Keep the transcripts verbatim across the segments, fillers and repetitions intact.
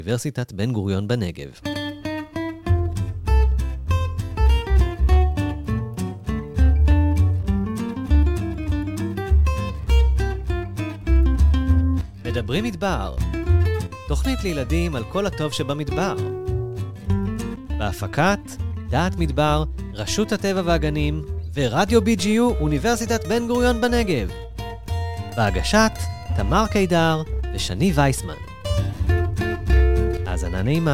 אוניברסיטת בן גוריון בנגב. מדברים מדבר. תוכנית לילדים על כל הטוב שבמדבר. בהפקת דעת מדבר, רשות הטבע והגנים ורדיו בי ג'י יו אוניברסיטת בן גוריון בנגב. בהגשת תמר קידר ושני וייסמן. האזנה נעימה.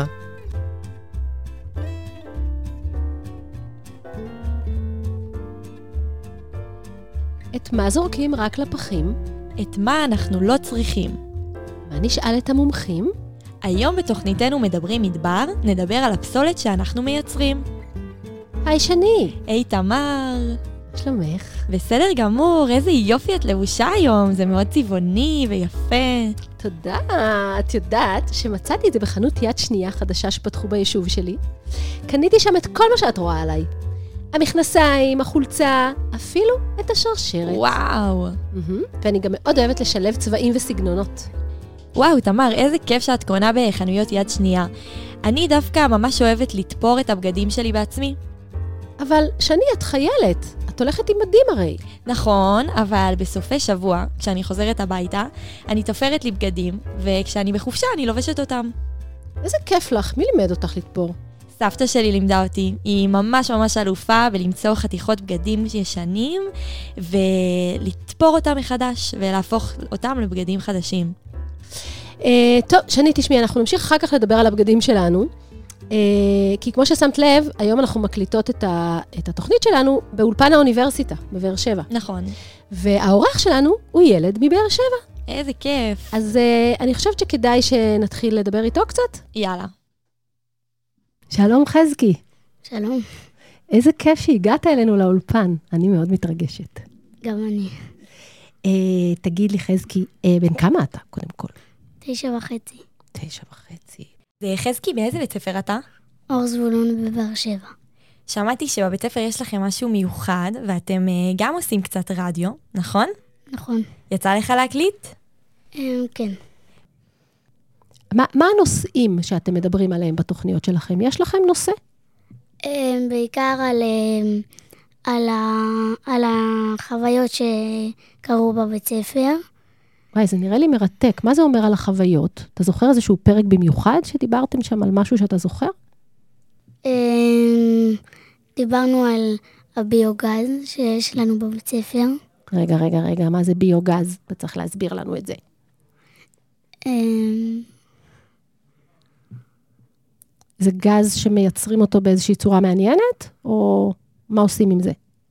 את מה זורקים רק לפחים? את מה אנחנו לא צריכים? מה נשאל את המומחים? היום בתוכניתנו מדברים מדבר, נדבר על הפסולת שאנחנו מייצרים. היי שני. היי תמר. שלומך? בסדר גמור, איזה יופי את לבושה היום, זה מאוד צבעוני ויפה. תודה, את יודעת שמצאתי את זה בחנות יד שנייה חדשה שפתחו ביישוב שלי. קניתי שם את כל מה שאת רואה עליי. המכנסיים, החולצה, אפילו את השרשרת. וואו. ואני גם מאוד אוהבת לשלב צבעים וסגנונות. וואו, תמר, איזה כיף שאת קונה בחנויות יד שנייה. אני דווקא ממש אוהבת לתפור את הבגדים שלי בעצמי. אבל שני, את חיילת. את הולכת עם מדים הרי. נכון, אבל בסופי שבוע, כשאני חוזרת הביתה, אני תופרת לי בגדים, וכשאני בחופשה אני לובשת אותם. איזה כיף לך, מי לימד אותך לתפור? סבתא שלי לימדה אותי, היא ממש ממש אלופה בלמצוא חתיכות בגדים ישנים, ולתפור אותם מחדש, ולהפוך אותם לבגדים חדשים. אה, טוב, שני, תשמעי, אנחנו נמשיך אחר כך לדבר על הבגדים שלנו, אה, כי כמו ששמת לב, היום אנחנו מקליטות את, ה, את התוכנית שלנו באולפן האוניברסיטה, בבאר שבע. נכון. והאורח שלנו הוא ילד מבאר שבע. איזה כיף. אז אה, אני חושבת שכדאי שנתחיל לדבר איתו קצת. יאללה. שלום חזקי. שלום. איזה כיף שהגעת אלינו לאולפן. אני מאוד מתרגשת. גם אני. אה, תגיד לי חזקי, אה, בן כמה אתה קודם כל? תשע וחצי. תשע וחצי. זה חזקי, באיזה בית ספר אתה? אור זבולון בבאר שבע. שמעתי שבבית ספר יש לכם משהו מיוחד, ואתם uh, גם עושים קצת רדיו, נכון? נכון. יצא לך להקליט? Um, כן. מה, מה הנושאים שאתם מדברים עליהם בתוכניות שלכם? יש לכם נושא? Um, בעיקר על, um, על, ה, על החוויות שקרו בבית ספר. וואי, זה נראה לי מרתק. מה זה אומר על החוויות? אתה זוכר איזשהו פרק במיוחד שדיברתם שם על משהו שאתה זוכר? Um, דיברנו על הביוגז שיש לנו בבית ספר. רגע, רגע, רגע, מה זה ביוגז? אתה צריך להסביר לנו את זה. Um, זה גז שמייצרים אותו באיזושהי צורה מעניינת? או מה עושים עם זה?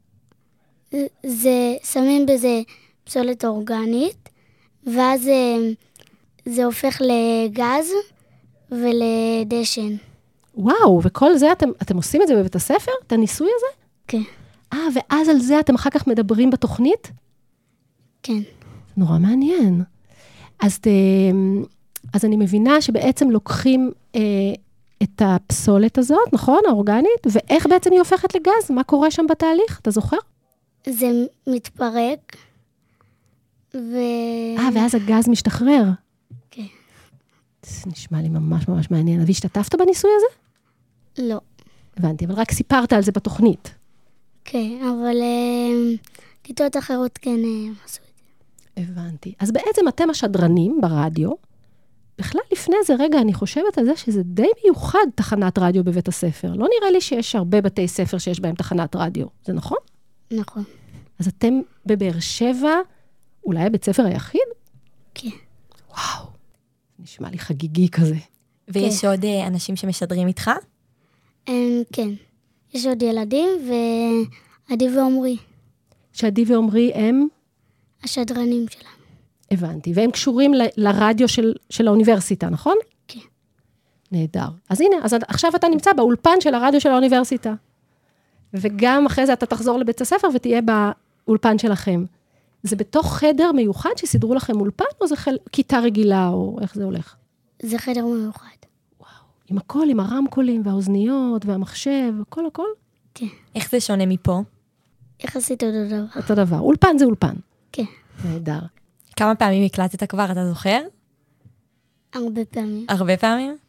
זה, שמים בזה פסולת אורגנית, ואז זה הופך לגז ולדשן. וואו, וכל זה אתם, אתם עושים את זה בבית הספר? את הניסוי הזה? כן. אה, ואז על זה אתם אחר כך מדברים בתוכנית? כן. נורא מעניין. אז, אז אני מבינה שבעצם לוקחים אה, את הפסולת הזאת, נכון? האורגנית, ואיך בעצם היא הופכת לגז? מה קורה שם בתהליך? אתה זוכר? זה מתפרק. ו... אה, ואז הגז משתחרר. כן. זה נשמע לי ממש ממש מעניין. והשתתפת בניסוי הזה? לא. הבנתי, אבל רק סיפרת על זה בתוכנית. כן, אבל כיתות אחרות כן עשו את זה. הבנתי. אז בעצם אתם השדרנים ברדיו. בכלל לפני זה רגע, אני חושבת על זה שזה די מיוחד תחנת רדיו בבית הספר. לא נראה לי שיש הרבה בתי ספר שיש בהם תחנת רדיו. זה נכון? נכון. אז אתם בבאר שבע, אולי הבית ספר היחיד? כן. וואו, נשמע לי חגיגי כזה. ויש עוד אנשים שמשדרים איתך? כן. יש עוד ילדים ועדי ועומרי. שעדי ועומרי הם? השדרנים שלנו. הבנתי, והם קשורים ל- לרדיו של, של האוניברסיטה, נכון? כן. נהדר. אז הנה, אז עכשיו אתה נמצא באולפן של הרדיו של האוניברסיטה. וגם אחרי זה אתה תחזור לבית הספר ותהיה באולפן שלכם. זה בתוך חדר מיוחד שסידרו לכם אולפן, או זה חל... כיתה רגילה, או איך זה הולך? זה חדר מיוחד. וואו, עם הכל, עם הרמקולים והאוזניות והמחשב, הכל הכל? כן. איך זה שונה מפה? יחסית אותו דבר. אותו דבר. אולפן זה אולפן. כן. נהדר. כמה פעמים הקלטת כבר, אתה זוכר? הרבה פעמים. הרבה פעמים?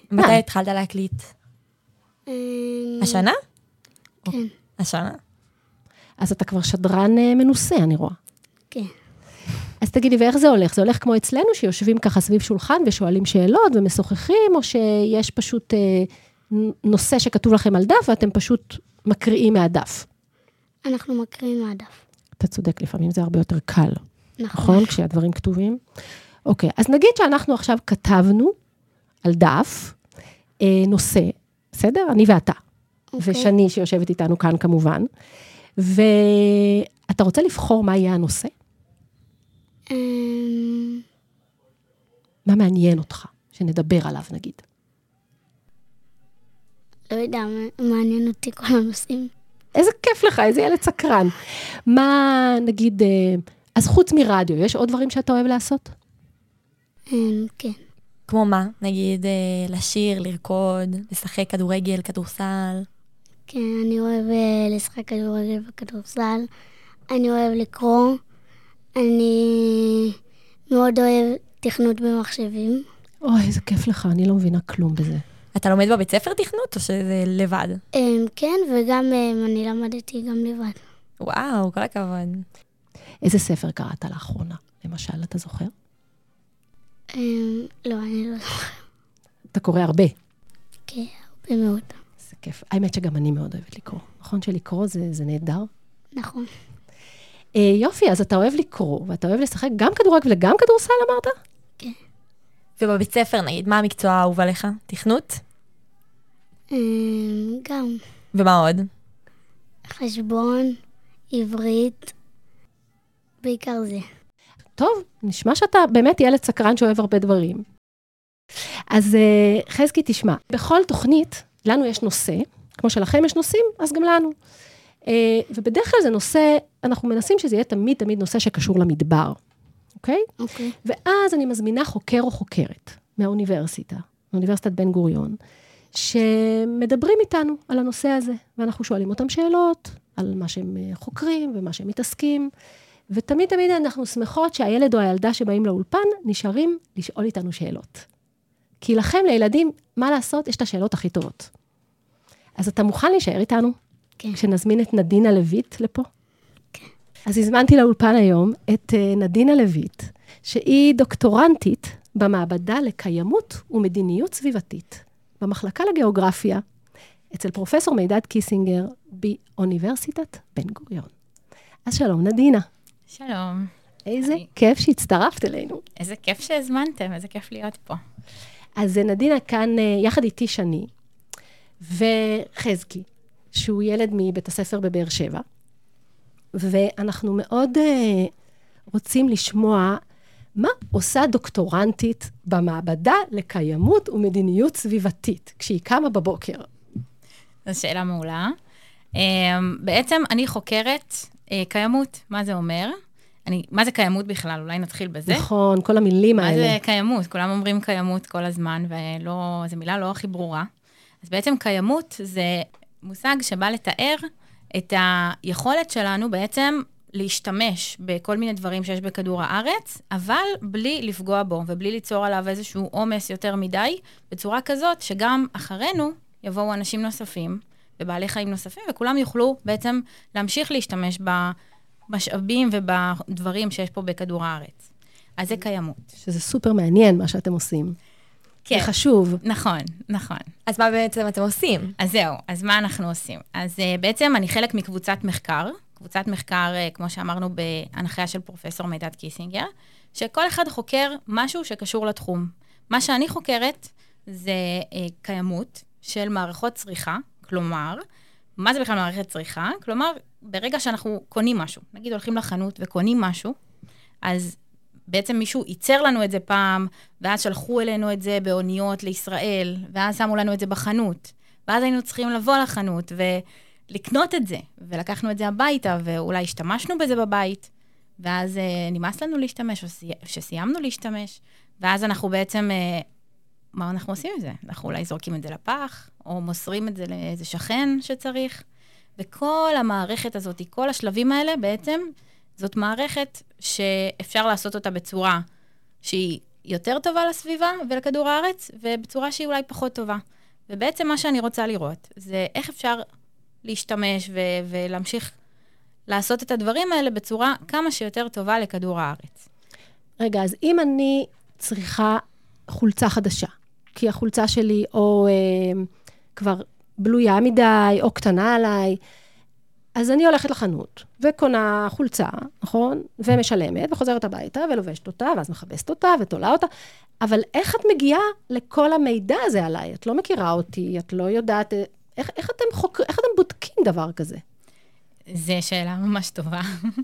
מתי התחלת להקליט? אמ, השנה? כן, השנה. אז אתה כבר שדרן אה, מנוסה, אני רואה. כן. אז תגידי, ואיך זה הולך? זה הולך כמו אצלנו, שיושבים ככה סביב שולחן ושואלים שאלות ומשוחחים, או שיש פשוט אה, נושא שכתוב לכם על דף, ואתם פשוט מקריאים מהדף? אנחנו מקריאים מהדף. אתה צודק, לפעמים זה הרבה יותר קל, נכון. נכון? כשהדברים כתובים. אוקיי, אז נגיד שאנחנו עכשיו כתבנו על דף אה, נושא, בסדר? אני ואתה. אוקיי. ושני שיושבת איתנו כאן כמובן. ואתה רוצה לבחור מה יהיה הנושא? אמ, מה מעניין אותך? שנדבר עליו נגיד. לא יודע, מה- מעניין אותי כל הנושאים. איזה כיף לך, איזה ילד סקרן. מה נגיד, אה, אז חוץ מרדיו, יש עוד דברים שאתה אוהב לעשות? אמ, כן. כמו מה? נגיד, אה, לשיר, לרקוד, לשחק כדורגל, כדורסל. כן, אני אוהב אה, לשחק כדורגל וכדורסל. אני אוהב לקרוא. אני מאוד אוהב תכנות במחשבים. אוי, איזה כיף לך, אני לא מבינה כלום בזה. אתה לומד בבית ספר תכנות או שזה לבד? אמ, כן, וגם אמ, אני למדתי גם לבד. וואו, כל הכבוד. איזה ספר קראת לאחרונה? למשל, אתה זוכר? אמ, לא, אני לא זוכר. אתה קורא הרבה. כן, הרבה מאוד. איזה כיף. האמת שגם אני מאוד אוהבת לקרוא. נכון שלקרוא זה, זה נהדר? נכון. אה, יופי, אז אתה אוהב לקרוא, ואתה אוהב לשחק גם כדורגל וגם כדורסל, אמרת? כן. ובבית ספר, נגיד, מה המקצוע האהוב עליך? תכנות? אמ, גם ומה עוד? חשבון, עברית, בעיקר זה. טוב, נשמע שאתה באמת ילד סקרן שאוהב הרבה דברים. אז אה, חזקי, תשמע, בכל תוכנית, לנו יש נושא, כמו שלכם יש נושאים, אז גם לנו. אה, ובדרך כלל זה נושא, אנחנו מנסים שזה יהיה תמיד תמיד נושא שקשור למדבר, אוקיי? אוקיי. ואז אני מזמינה חוקר או חוקרת מהאוניברסיטה, מאוניברסיטת בן גוריון, שמדברים איתנו על הנושא הזה, ואנחנו שואלים אותם שאלות על מה שהם חוקרים ומה שהם מתעסקים, ותמיד תמיד אנחנו שמחות שהילד או הילדה שבאים לאולפן נשארים לשאול איתנו שאלות. כי לכם, לילדים, מה לעשות? יש את השאלות הכי טובות. אז אתה מוכן להישאר איתנו? כן. כשנזמין את נדינה לויט לפה? כן. אז הזמנתי לאולפן היום את נדינה לויט, שהיא דוקטורנטית במעבדה לקיימות ומדיניות סביבתית, במחלקה לגיאוגרפיה, אצל פרופסור מידד קיסינגר, באוניברסיטת בן גוריון. אז שלום, נדינה. שלום. איזה היי. כיף שהצטרפת אלינו. איזה כיף שהזמנתם, איזה כיף להיות פה. אז נדינה כאן יחד איתי שני, וחזקי, שהוא ילד מבית הספר בבאר שבע, ואנחנו מאוד uh, רוצים לשמוע מה עושה דוקטורנטית במעבדה לקיימות ומדיניות סביבתית, כשהיא קמה בבוקר. זו שאלה מעולה. Um, בעצם אני חוקרת uh, קיימות, מה זה אומר? אני, מה זה קיימות בכלל? אולי נתחיל בזה. נכון, כל המילים מה האלה. זה קיימות? כולם אומרים קיימות כל הזמן, וזו מילה לא הכי ברורה. אז בעצם קיימות זה מושג שבא לתאר את היכולת שלנו בעצם להשתמש בכל מיני דברים שיש בכדור הארץ, אבל בלי לפגוע בו, ובלי ליצור עליו איזשהו עומס יותר מדי, בצורה כזאת שגם אחרינו יבואו אנשים נוספים, ובעלי חיים נוספים, וכולם יוכלו בעצם להמשיך להשתמש במשאבים ובדברים שיש פה בכדור הארץ. אז זה קיימות. שזה סופר מעניין מה שאתם עושים. כן. זה חשוב. נכון, נכון. אז מה בעצם אתם עושים? אז זהו, אז מה אנחנו עושים? אז uh, בעצם אני חלק מקבוצת מחקר, קבוצת מחקר, uh, כמו שאמרנו, בהנחיה של פרופסור מידד קיסינגר, שכל אחד חוקר משהו שקשור לתחום. מה שאני חוקרת זה uh, קיימות של מערכות צריכה, כלומר, מה זה בכלל מערכת צריכה? כלומר, ברגע שאנחנו קונים משהו, נגיד הולכים לחנות וקונים משהו, אז בעצם מישהו ייצר לנו את זה פעם, ואז שלחו אלינו את זה באוניות לישראל, ואז שמו לנו את זה בחנות, ואז היינו צריכים לבוא לחנות ולקנות את זה, ולקחנו את זה הביתה, ואולי השתמשנו בזה בבית, ואז אה, נמאס לנו להשתמש, או סי... שסיימנו להשתמש, ואז אנחנו בעצם, אה, מה אנחנו עושים עם זה? אנחנו אולי זורקים את זה לפח, או מוסרים את זה לאיזה שכן שצריך, וכל המערכת הזאת, כל השלבים האלה בעצם, זאת מערכת שאפשר לעשות אותה בצורה שהיא יותר טובה לסביבה ולכדור הארץ, ובצורה שהיא אולי פחות טובה. ובעצם מה שאני רוצה לראות, זה איך אפשר להשתמש ו- ולהמשיך לעשות את הדברים האלה בצורה כמה שיותר טובה לכדור הארץ. רגע, אז אם אני צריכה חולצה חדשה, כי החולצה שלי או אה, כבר בלויה מדי, או קטנה עליי, אז אני הולכת לחנות, וקונה חולצה, נכון? ומשלמת, וחוזרת הביתה, ולובשת אותה, ואז מחפשת אותה, ותולה אותה. אבל איך את מגיעה לכל המידע הזה עליי? את לא מכירה אותי, את לא יודעת, איך, איך אתם חוק... איך אתם בודקים דבר כזה? זו שאלה ממש טובה.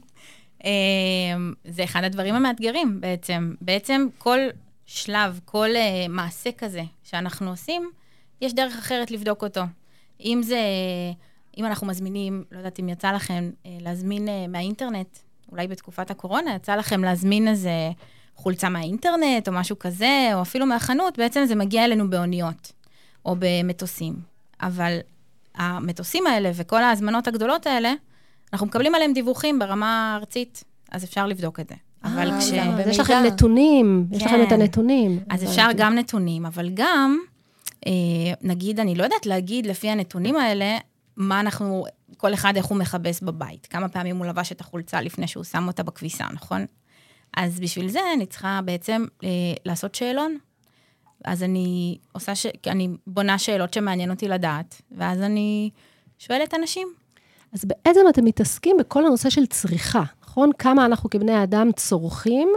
זה אחד הדברים המאתגרים בעצם. בעצם כל שלב, כל מעשה כזה שאנחנו עושים, יש דרך אחרת לבדוק אותו. אם זה, אם אנחנו מזמינים, לא יודעת אם יצא לכם להזמין מהאינטרנט, אולי בתקופת הקורונה, יצא לכם להזמין איזה חולצה מהאינטרנט או משהו כזה, או אפילו מהחנות, בעצם זה מגיע אלינו באוניות או במטוסים. אבל המטוסים האלה וכל ההזמנות הגדולות האלה, אנחנו מקבלים עליהם דיווחים ברמה ארצית, אז אפשר לבדוק את זה. אבל כש... יש לכם נתונים, יש לכם את הנתונים. אז אפשר גם נתונים, אבל גם, נגיד, אני לא יודעת להגיד לפי הנתונים האלה, מה אנחנו, כל אחד איך הוא מכבס בבית, כמה פעמים הוא לבש את החולצה לפני שהוא שם אותה בכביסה, נכון? אז בשביל זה אני צריכה בעצם לעשות שאלון. אז אני עושה, ש... אני בונה שאלות שמעניין אותי לדעת, ואז אני שואלת אנשים. אז בעצם אתם מתעסקים בכל הנושא של צריכה, נכון? כמה אנחנו כבני האדם צורכים,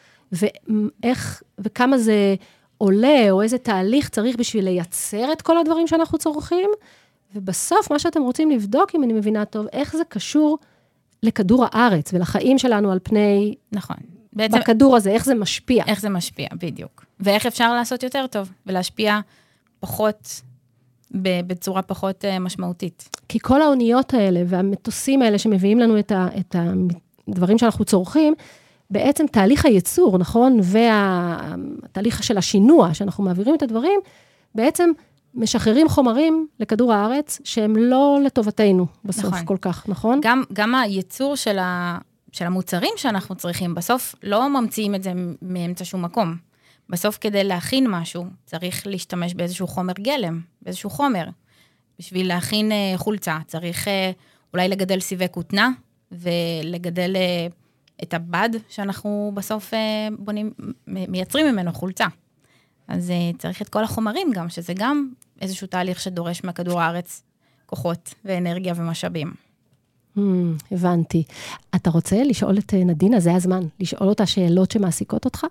ואיך, וכמה זה עולה, או איזה תהליך צריך בשביל לייצר את כל הדברים שאנחנו צורכים, ובסוף מה שאתם רוצים לבדוק, אם אני מבינה טוב, איך זה קשור לכדור הארץ, ולחיים שלנו על פני... נכון. בעצם, בכדור הזה, איך זה משפיע. איך זה משפיע, בדיוק. ואיך אפשר לעשות יותר טוב, ולהשפיע פחות, בצורה פחות משמעותית. כי כל האוניות האלה, והמטוסים האלה שמביאים לנו את, ה, את הדברים שאנחנו צורכים, בעצם תהליך הייצור, נכון? והתהליך של השינוע, שאנחנו מעבירים את הדברים, בעצם משחררים חומרים לכדור הארץ, שהם לא לטובתנו בסוף נכון. כל כך, נכון? גם, גם הייצור של ה... של המוצרים שאנחנו צריכים, בסוף לא ממציאים את זה מאמצע שום מקום. בסוף כדי להכין משהו, צריך להשתמש באיזשהו חומר גלם, באיזשהו חומר. בשביל להכין חולצה, צריך אולי לגדל סיבי כותנה, ולגדל את הבד שאנחנו בסוף בונים, מייצרים ממנו חולצה. אז צריך את כל החומרים גם, שזה גם איזשהו תהליך שדורש מכדור הארץ, כוחות ואנרגיה ומשאבים. Hmm, הבנתי. אתה רוצה לשאול את נדינה, זה הזמן, לשאול אותה שאלות שמעסיקות אותך?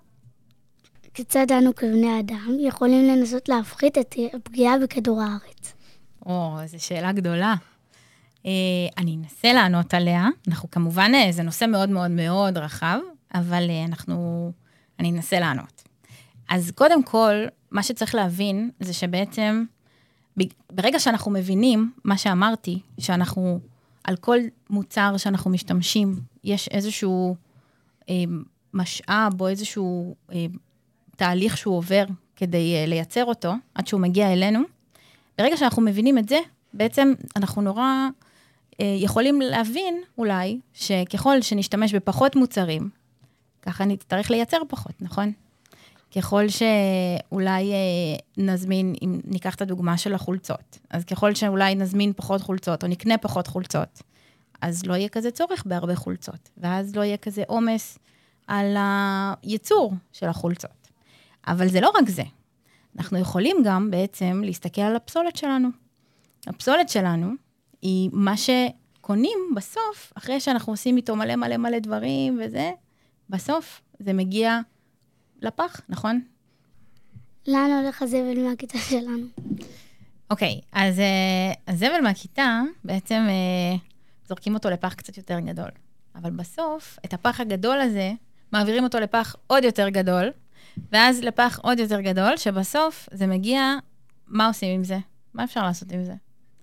כיצד אנו כבני אדם יכולים לנסות להפחית את הפגיעה בכדור הארץ? או, זו שאלה גדולה. אה, אני אנסה לענות עליה. אנחנו כמובן, זה נושא מאוד מאוד מאוד רחב, אבל אה, אנחנו, אני אנסה לענות. אז קודם כל, מה שצריך להבין, זה שבעצם, ברגע שאנחנו מבינים, מה שאמרתי, שאנחנו... על כל מוצר שאנחנו משתמשים, יש איזשהו אה, משאב או איזשהו אה, תהליך שהוא עובר כדי אה, לייצר אותו, עד שהוא מגיע אלינו. ברגע שאנחנו מבינים את זה, בעצם אנחנו נורא אה, יכולים להבין אולי, שככל שנשתמש בפחות מוצרים, ככה נצטרך לייצר פחות, נכון? ככל שאולי אה, נזמין, אם ניקח את הדוגמה של החולצות, אז ככל שאולי נזמין פחות חולצות, או נקנה פחות חולצות, אז לא יהיה כזה צורך בהרבה חולצות, ואז לא יהיה כזה עומס על הייצור של החולצות. אבל זה לא רק זה. אנחנו יכולים גם בעצם להסתכל על הפסולת שלנו. הפסולת שלנו היא מה שקונים בסוף, אחרי שאנחנו עושים איתו מלא מלא מלא דברים וזה, בסוף זה מגיע לפח, נכון? לאן הולך הזבל מהכיתה שלנו? אוקיי, אז הזבל מהכיתה, בעצם זורקים אותו לפח קצת יותר גדול. אבל בסוף, את הפח הגדול הזה, מעבירים אותו לפח עוד יותר גדול, ואז לפח עוד יותר גדול, שבסוף זה מגיע, מה עושים עם זה? מה אפשר לעשות עם זה?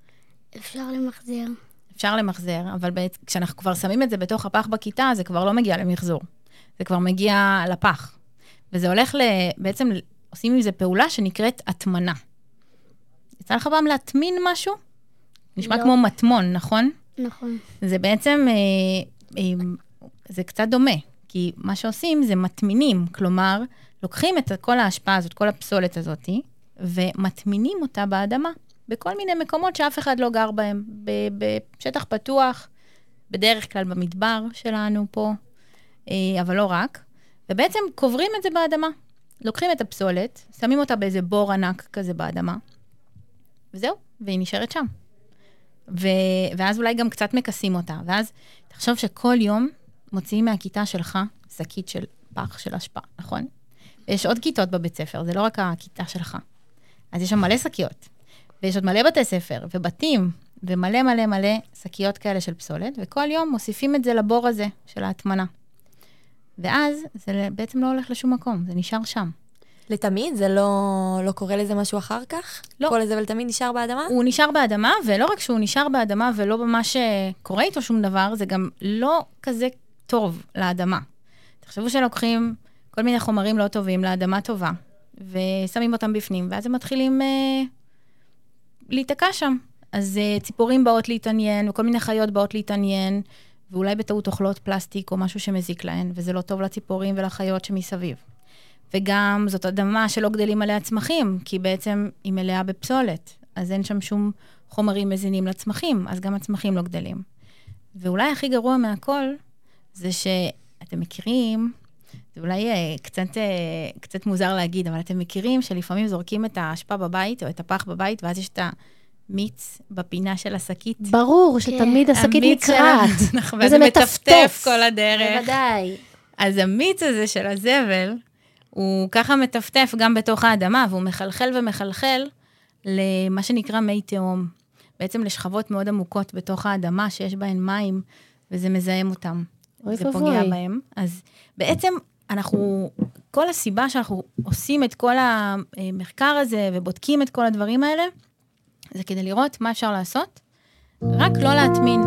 אפשר למחזר. אפשר למחזר, אבל בעצם, כשאנחנו כבר שמים את זה בתוך הפח בכיתה, זה כבר לא מגיע למחזור. זה כבר מגיע לפח. וזה הולך ל... בעצם עושים עם זה פעולה שנקראת התמנה. יצא לך פעם להטמין משהו? נשמע לא. כמו מטמון, נכון? נכון. זה בעצם, אה, אה, זה קצת דומה, כי מה שעושים זה מטמינים, כלומר, לוקחים את כל ההשפעה הזאת, כל הפסולת הזאת, ומטמינים אותה באדמה, בכל מיני מקומות שאף אחד לא גר בהם, בשטח פתוח, בדרך כלל במדבר שלנו פה, אבל לא רק, ובעצם קוברים את זה באדמה. לוקחים את הפסולת, שמים אותה באיזה בור ענק כזה באדמה, וזהו, והיא נשארת שם. ו... ואז אולי גם קצת מקסים אותה, ואז תחשוב שכל יום מוציאים מהכיתה שלך שקית של פח של השפעה, נכון? ויש עוד כיתות בבית ספר, זה לא רק הכיתה שלך. אז יש שם מלא שקיות, ויש עוד מלא בתי ספר, ובתים, ומלא מלא מלא שקיות כאלה של פסולת, וכל יום מוסיפים את זה לבור הזה של ההטמנה. ואז זה בעצם לא הולך לשום מקום, זה נשאר שם. לתמיד? זה לא, לא קורה לזה משהו אחר כך? לא. כל הזה ולתמיד נשאר באדמה? הוא נשאר באדמה, ולא רק שהוא נשאר באדמה ולא ממש קורה איתו שום דבר, זה גם לא כזה טוב לאדמה. תחשבו שלוקחים כל מיני חומרים לא טובים לאדמה טובה, ושמים אותם בפנים, ואז הם מתחילים אה, להתעקע שם. אז אה, ציפורים באות להתעניין, וכל מיני חיות באות להתעניין, ואולי בטעות אוכלות פלסטיק או משהו שמזיק להן, וזה לא טוב לציפורים ולחיות שמסביב. וגם זאת אדמה שלא גדלים עליה צמחים, כי בעצם היא מלאה בפסולת, אז אין שם שום חומרים מזינים לצמחים, אז גם הצמחים לא גדלים. ואולי הכי גרוע מהכל, זה שאתם מכירים, זה אולי קצת, קצת מוזר להגיד, אבל אתם מכירים שלפעמים זורקים את האשפה בבית, או את הפח בבית, ואז יש את המיץ בפינה של השקית. ברור, שתמיד השקית נקרעת. וזה מטפטף כל הדרך. בוודאי. אז המיץ הזה של הזבל, הוא ככה מטפטף גם בתוך האדמה, והוא מחלחל ומחלחל למה שנקרא מי תהום. בעצם לשכבות מאוד עמוקות בתוך האדמה, שיש בהן מים, וזה מזהם אותם. זה פוגע בהם. אז בעצם אנחנו, כל הסיבה שאנחנו עושים את כל המחקר הזה, ובודקים את כל הדברים האלה, זה כדי לראות מה אפשר לעשות, רק לא להטמין.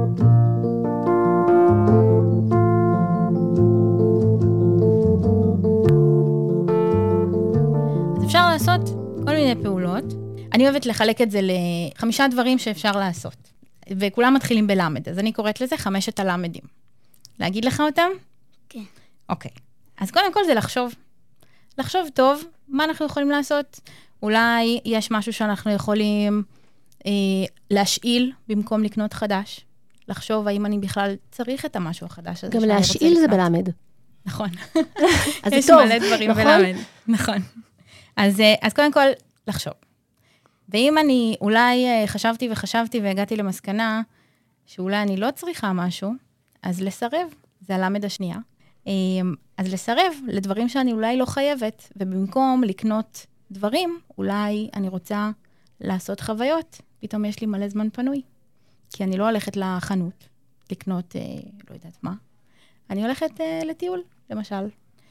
אז אפשר לעשות כל מיני פעולות. אני אוהבת לחלק את זה לחמישה דברים שאפשר לעשות. וכולם מתחילים בלמד, אז אני קוראת לזה חמשת הלמדים. להגיד לך אותם? כן. אוקיי. אז קודם כל זה לחשוב. לחשוב טוב, מה אנחנו יכולים לעשות? אולי יש משהו שאנחנו יכולים אה, להשאיל במקום לקנות חדש. לחשוב האם אני בכלל צריך את המשהו החדש הזה. גם להשאיל זה בלמד. נכון. אז יש זה טוב, מלא דברים נכון? בלמד. נכון. אז, אז קודם כל, לחשוב. ואם אני אולי חשבתי וחשבתי והגעתי למסקנה שאולי אני לא צריכה משהו, אז לסרב, זה הלמד השנייה. אז לסרב לדברים שאני אולי לא חייבת, ובמקום לקנות דברים, אולי אני רוצה לעשות חוויות, פתאום יש לי מלא זמן פנוי. כי אני לא הולכת לחנות לקנות, אה, לא יודעת מה, אני הולכת אה, לטיול, למשל.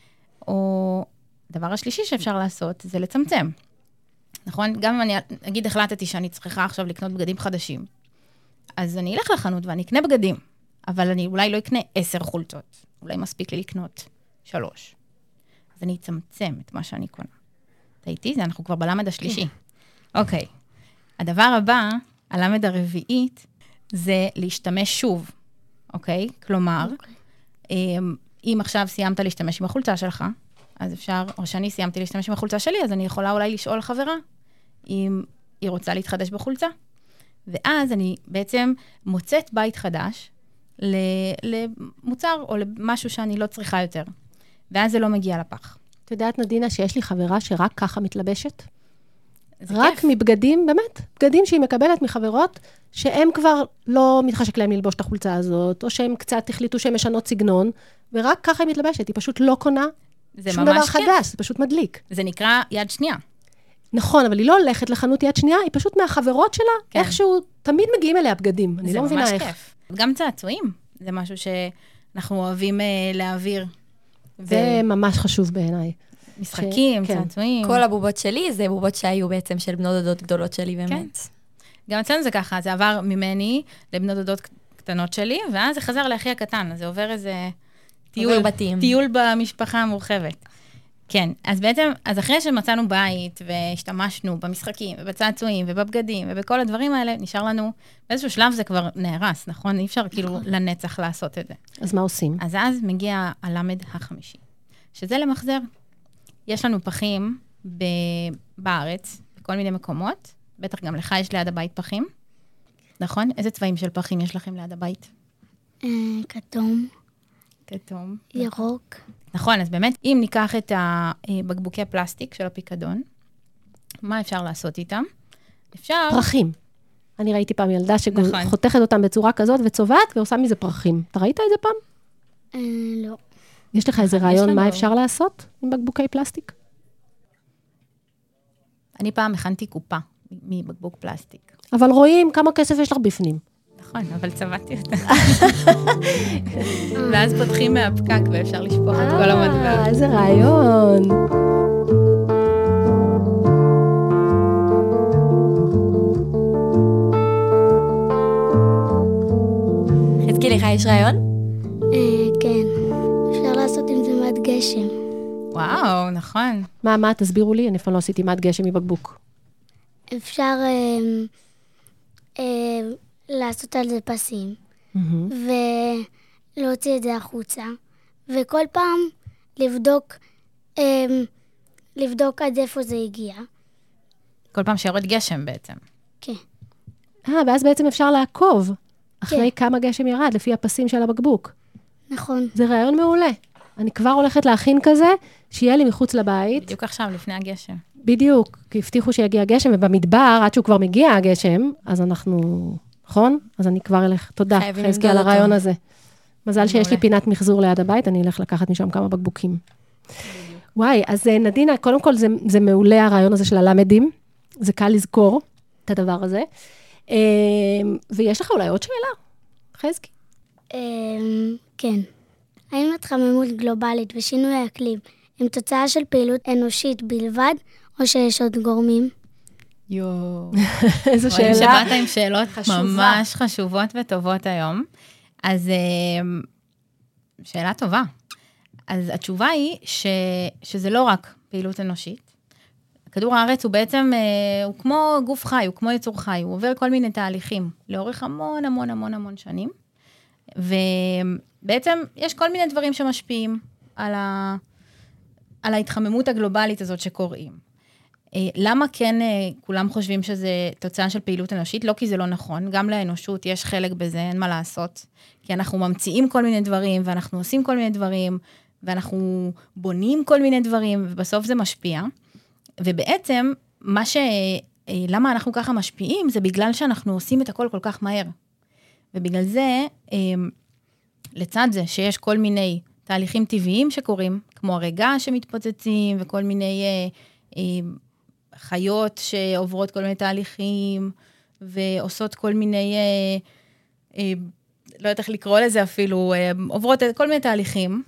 או הדבר השלישי שאפשר לעשות, זה לצמצם. נכון? גם אם אני אגיד, החלטתי שאני צריכה עכשיו לקנות בגדים חדשים, אז אני אלך לחנות ואני אקנה בגדים, אבל אני אולי לא אקנה עשר חולצות, אולי מספיק לי לקנות שלוש. אז אני אצמצם את מה שאני קונה. אתה איתי? זה אנחנו כבר בלמד השלישי. אוקיי. הדבר הבא, הלמד הרביעית, זה להשתמש שוב. אוקיי? כלומר, אם עכשיו סיימת להשתמש עם החולצה שלך, אז אפשר, או שאני סיימתי להשתמש עם החולצה שלי, אז אני יכולה אולי לשאול חברה, אם היא רוצה להתחדש בחולצה. ואז אני בעצם מוצאת בית חדש, למוצר או למשהו שאני לא צריכה יותר. ואז זה לא מגיע לפח. את יודעת, נדינה, שיש לי חברה שרק ככה מתלבשת? זה רק כיף. מבגדים, באמת, בגדים שהיא מקבלת מחברות, שהם כבר לא מתחשק להם ללבוש את החולצה הזאת, או שהם קצת החליטו שהם משנות סגנון, ורק ככה היא מתלבשת, היא פשוט לא קונה זה שום ממש דבר כיף. חדש, זה פשוט מדליק. זה נקרא יד שנייה. נכון, אבל היא לא הולכת לחנות יד שנייה, היא פשוט מהחברות שלה, כן. איכשהו תמיד מגיעים אליה בגדים, אני לא מבינה איך. זה ממש כיף. גם צעצועים, זה משהו שאנחנו אוהבים אה, להעביר. זה ממש חשוב בעיניי. משחקים, ש- כן. צעצועים. כל הבובות שלי זה בובות שהיו בעצם של בנות דודות גדולות שלי באמת. גם אצלנו זה ככה, זה עבר ממני לבנות דודות קטנות שלי, ואז זה חזר לאחי הקטן, אז זה עובר איזה טיול, עובר בתים. טיול במשפחה המורחבת. כן, אז בעצם, אז אחרי שמצאנו בית והשתמשנו במשחקים ובצעצועים ובבגדים ובכל הדברים האלה, נשאר לנו, באיזשהו שלב זה כבר נהרס, נכון? אי אפשר כאילו לנצח לעשות את זה. אז מה עושים? אז אז מגיע הלמד החמישי, שזה למחזר. יש לנו פחים ב- בארץ, בכל מיני מקומות, בטח גם לך יש ליד הבית פחים, נכון? איזה צבעים של פחים יש לכם ליד הבית? אה, כתום, כתום. ירוק. נכון, אז באמת, אם ניקח את הבקבוקי פלסטיק של הפיקדון, מה אפשר לעשות איתם? אפשר... פרחים. אני ראיתי פעם ילדה נכון. שחותכת אותם בצורה כזאת וצובעת, ועושה מזה פרחים. אתה ראית את זה פעם? אה, לא. יש לך איזה יש רעיון לנו. מה אפשר לעשות עם בקבוקי פלסטיק? אני פעם הכנתי קופה מבקבוק פלסטיק. אבל רואים כמה כסף יש לך בפנים. נכון, אבל צבעתי אותה. ואז פותחים מהפקק ואפשר לשפוך את כל המטבע. אה, איזה רעיון. חזקי, לך יש רעיון? אה, כן. אפשר לעשות עם זה מעט גשם. וואו, נכון. מה, מה, תסבירו לי, אני אפילו לא עשיתי מעט גשם מבקבוק. אפשר אה, אה, לעשות על זה פסים, ולהוציא את זה החוצה, וכל פעם לבדוק, אה, לבדוק עד איפה זה הגיע. כל פעם שיורד גשם בעצם. כן. אה, ואז בעצם אפשר לעקוב אחרי כמה גשם ירד, לפי הפסים של הבקבוק. נכון. זה רעיון מעולה. אני כבר הולכת להכין כזה, שיהיה לי מחוץ לבית. בדיוק עכשיו, לפני הגשם. בדיוק, כי הבטיחו שיגיע גשם, ובמדבר, עד שהוא כבר מגיע הגשם, אז אנחנו, נכון? אז אני כבר אלך, תודה, חייבים חזקי למדוד על הרעיון אותו. הזה. מזל שיש לי מעולה. פינת מחזור ליד הבית, אני אלך לקחת משם כמה בקבוקים. וואי, אז אה, נדינה, קודם כל זה, זה מעולה הרעיון הזה של הלמדים, זה קל לזכור את הדבר הזה. אה, ויש לך אולי עוד שאלה, חזקי? אה, כן. האם התחממות גלובלית ושינוי האקלים הם תוצאה של פעילות אנושית בלבד, או שיש עוד גורמים? יואו. איזו רואים שאלה. שבאת עם שאלות חשובה. ממש חשובות וטובות היום. אז אה, שאלה טובה. אז התשובה היא ש, שזה לא רק פעילות אנושית. כדור הארץ הוא בעצם, אה, הוא כמו גוף חי, הוא כמו יצור חי, הוא עובר כל מיני תהליכים לאורך המון המון המון המון שנים. ובעצם יש כל מיני דברים שמשפיעים על, ה, על ההתחממות הגלובלית הזאת שקוראים. למה כן כולם חושבים שזה תוצאה של פעילות אנושית? לא כי זה לא נכון, גם לאנושות יש חלק בזה, אין מה לעשות. כי אנחנו ממציאים כל מיני דברים, ואנחנו עושים כל מיני דברים, ואנחנו בונים כל מיני דברים, ובסוף זה משפיע. ובעצם, מה ש... למה אנחנו ככה משפיעים, זה בגלל שאנחנו עושים את הכל כל כך מהר. ובגלל זה, לצד זה שיש כל מיני תהליכים טבעיים שקורים, כמו הרגע שמתפוצצים, וכל מיני חיות שעוברות כל מיני תהליכים, ועושות כל מיני, לא יודעת איך לקרוא לזה אפילו, עוברות כל מיני תהליכים.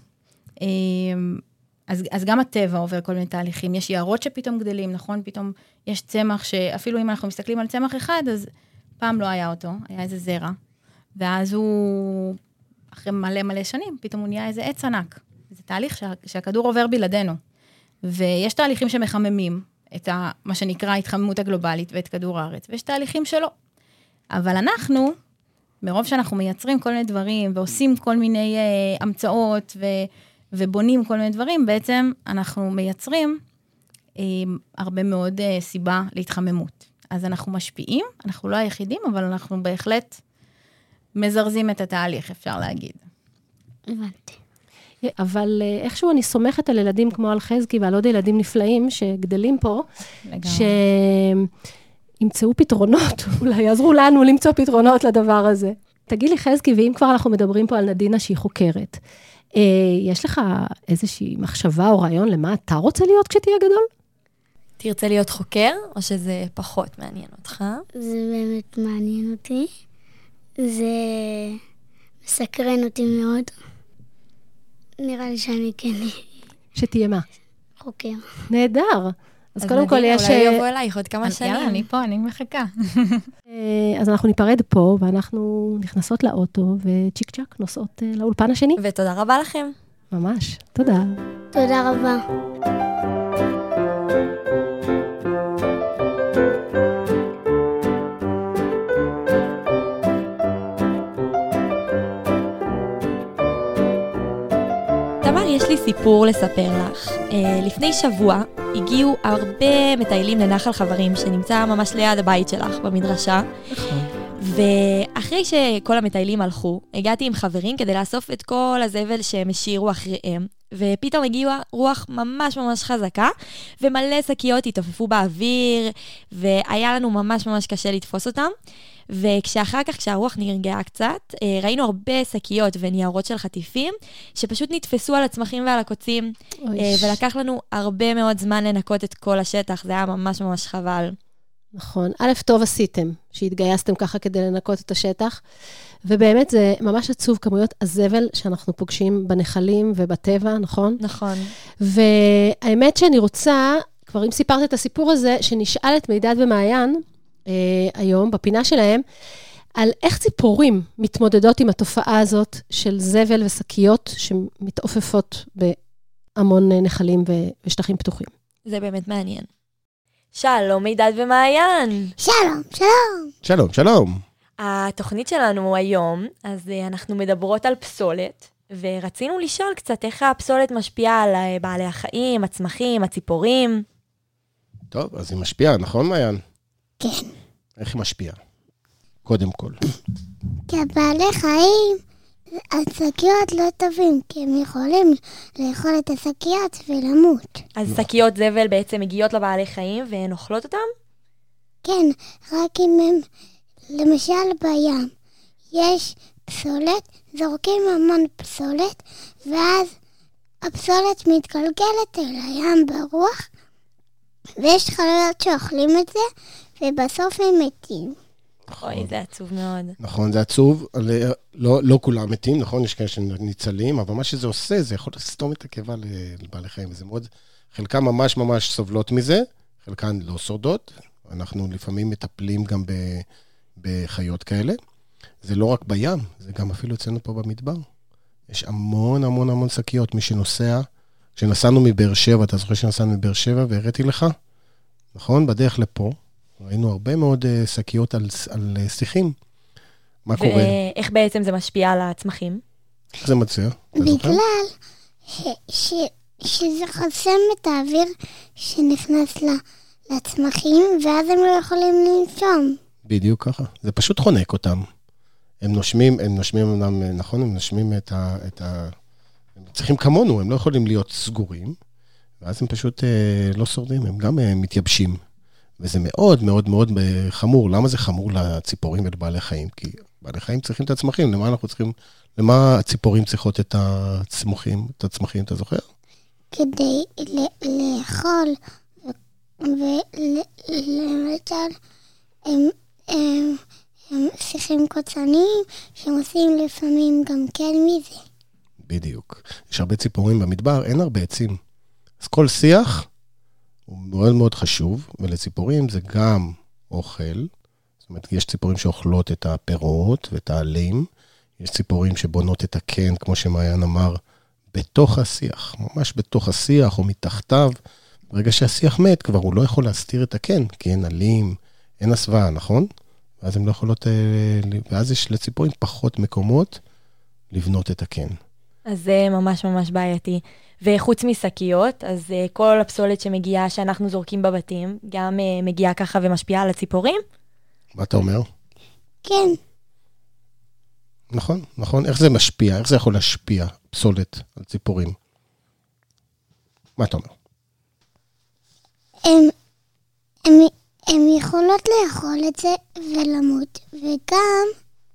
אז, אז גם הטבע עובר כל מיני תהליכים. יש יערות שפתאום גדלים, נכון? פתאום יש צמח שאפילו אם אנחנו מסתכלים על צמח אחד, אז פעם לא היה אותו, היה איזה זרע. ואז הוא, אחרי מלא מלא שנים, פתאום הוא נהיה איזה עץ ענק. זה תהליך שה, שהכדור עובר בלעדינו. ויש תהליכים שמחממים את ה, מה שנקרא ההתחממות הגלובלית ואת כדור הארץ, ויש תהליכים שלא. אבל אנחנו, מרוב שאנחנו מייצרים כל מיני דברים, ועושים כל מיני uh, המצאות, ו, ובונים כל מיני דברים, בעצם אנחנו מייצרים uh, הרבה מאוד uh, סיבה להתחממות. אז אנחנו משפיעים, אנחנו לא היחידים, אבל אנחנו בהחלט מזרזים את התהליך, אפשר להגיד. הבנתי. אבל איכשהו אני סומכת על ילדים כמו על חזקי ועל עוד ילדים נפלאים שגדלים פה, שימצאו פתרונות, אולי יעזרו לנו למצוא פתרונות לדבר הזה. תגיד לי חזקי, ואם כבר אנחנו מדברים פה על נדינה שהיא חוקרת, יש לך איזושהי מחשבה או רעיון למה אתה רוצה להיות כשתהיה גדול? תרצה להיות חוקר, או שזה פחות מעניין אותך? זה באמת מעניין אותי. זה מסקרן אותי מאוד. נראה לי שאני כן שתהיה מה? חוקר. נהדר. אז קודם כל יש... אולי יבוא אלייך עוד כמה שנים. יאללה, אני פה, אני מחכה. אז אנחנו ניפרד פה, ואנחנו נכנסות לאוטו, וצ'יק צ'ק נוסעות לאולפן השני. ותודה רבה לכם. ממש. תודה. תודה רבה. תמר, יש לי סיפור לספר לך. לפני שבוע הגיעו הרבה מטיילים לנחל חברים, שנמצא ממש ליד הבית שלך, במדרשה. נכון. ואחרי שכל המטיילים הלכו, הגעתי עם חברים כדי לאסוף את כל הזבל שהם השאירו אחריהם, ופתאום הגיעה רוח ממש ממש חזקה, ומלא שקיות התעופפו באוויר, והיה לנו ממש ממש קשה לתפוס אותם. וכשאחר כך, כשהרוח נרגעה קצת, ראינו הרבה שקיות וניירות של חטיפים, שפשוט נתפסו על הצמחים ועל הקוצים, אויש. ולקח לנו הרבה מאוד זמן לנקות את כל השטח, זה היה ממש ממש חבל. נכון. א', טוב עשיתם, שהתגייסתם ככה כדי לנקות את השטח, ובאמת זה ממש עצוב כמויות הזבל שאנחנו פוגשים בנחלים ובטבע, נכון? נכון. והאמת שאני רוצה, כבר אם סיפרת את הסיפור הזה, שנשאל את מידד ומעיין, אה, היום, בפינה שלהם, על איך ציפורים מתמודדות עם התופעה הזאת של זבל ושקיות שמתעופפות בהמון נחלים ושטחים פתוחים. זה באמת מעניין. שלום, מידד ומעיין. שלום, שלום. שלום, שלום. התוכנית שלנו היום, אז אנחנו מדברות על פסולת, ורצינו לשאול קצת איך הפסולת משפיעה על בעלי החיים, הצמחים, הציפורים. טוב, אז היא משפיעה, נכון, מעיין? כן. איך היא משפיעה? קודם כל. כי הבעלי חיים, השקיות לא טובים, כי הם יכולים לאכול את השקיות ולמות. אז שקיות זבל בעצם מגיעות לבעלי חיים והן אוכלות אותם? כן, רק אם הם, למשל בים, יש פסולת, זורקים המון פסולת, ואז הפסולת מתגלגלת אל הים ברוח, ויש חיות שאוכלים את זה, ובסוף הם מתים. אוי, זה עצוב מאוד. נכון, זה עצוב, לא, לא כולם מתים, נכון, יש כאלה שניצלים, אבל מה שזה עושה, זה יכול לסתום את הקיבה לבעלי חיים, וזה מאוד, חלקם ממש ממש סובלות מזה, חלקן לא שורדות, אנחנו לפעמים מטפלים גם בחיות כאלה, זה לא רק בים, זה גם אפילו אצלנו פה במדבר. יש המון המון המון שקיות, מי שנוסע, כשנסענו מבאר שבע, אתה זוכר שנסענו מבאר שבע והראיתי לך, נכון, בדרך לפה, ראינו הרבה מאוד שקיות על, על שיחים. מה קורה? ואיך בעצם זה משפיע על הצמחים? איך זה מצא? בגלל ש, ש, שזה חוסם את האוויר שנכנס לצמחים, ואז הם לא יכולים לנשום. בדיוק ככה. זה פשוט חונק אותם. הם נושמים, הם נושמים, נכון, הם נושמים את ה... את ה... הם צריכים כמונו, הם לא יכולים להיות סגורים, ואז הם פשוט אה, לא שורדים, הם גם אה, מתייבשים. וזה מאוד מאוד מאוד חמור. למה זה חמור לציפורים ולבעלי חיים? כי בעלי חיים צריכים את הצמחים. למה אנחנו צריכים, למה הציפורים צריכות את הצמחים, את הצמחים, אתה זוכר? כדי לאכול, ולמשל, הם, הם, הם שיחים קוצניים, שהם עושים לפעמים גם כן מזה. בדיוק. יש הרבה ציפורים במדבר, אין הרבה עצים. אז כל שיח הוא מאוד מאוד חשוב, ולציפורים זה גם אוכל, זאת אומרת, יש ציפורים שאוכלות את הפירות ואת העלים, יש ציפורים שבונות את הקן, כמו שמעיין אמר, בתוך השיח, ממש בתוך השיח או מתחתיו, ברגע שהשיח מת, כבר הוא לא יכול להסתיר את הקן, כי אין עלים, אין הסוואה, נכון? ואז הן לא יכולות, ואז יש לציפורים פחות מקומות לבנות את הקן. אז זה ממש ממש בעייתי. וחוץ משקיות, אז כל הפסולת שמגיעה, שאנחנו זורקים בבתים, גם מגיעה ככה ומשפיעה על הציפורים? מה אתה אומר? כן. נכון, נכון. איך זה משפיע? איך זה יכול להשפיע, פסולת, על ציפורים? מה אתה אומר? הם, הם, הם יכולות לאכול את זה ולמות, וגם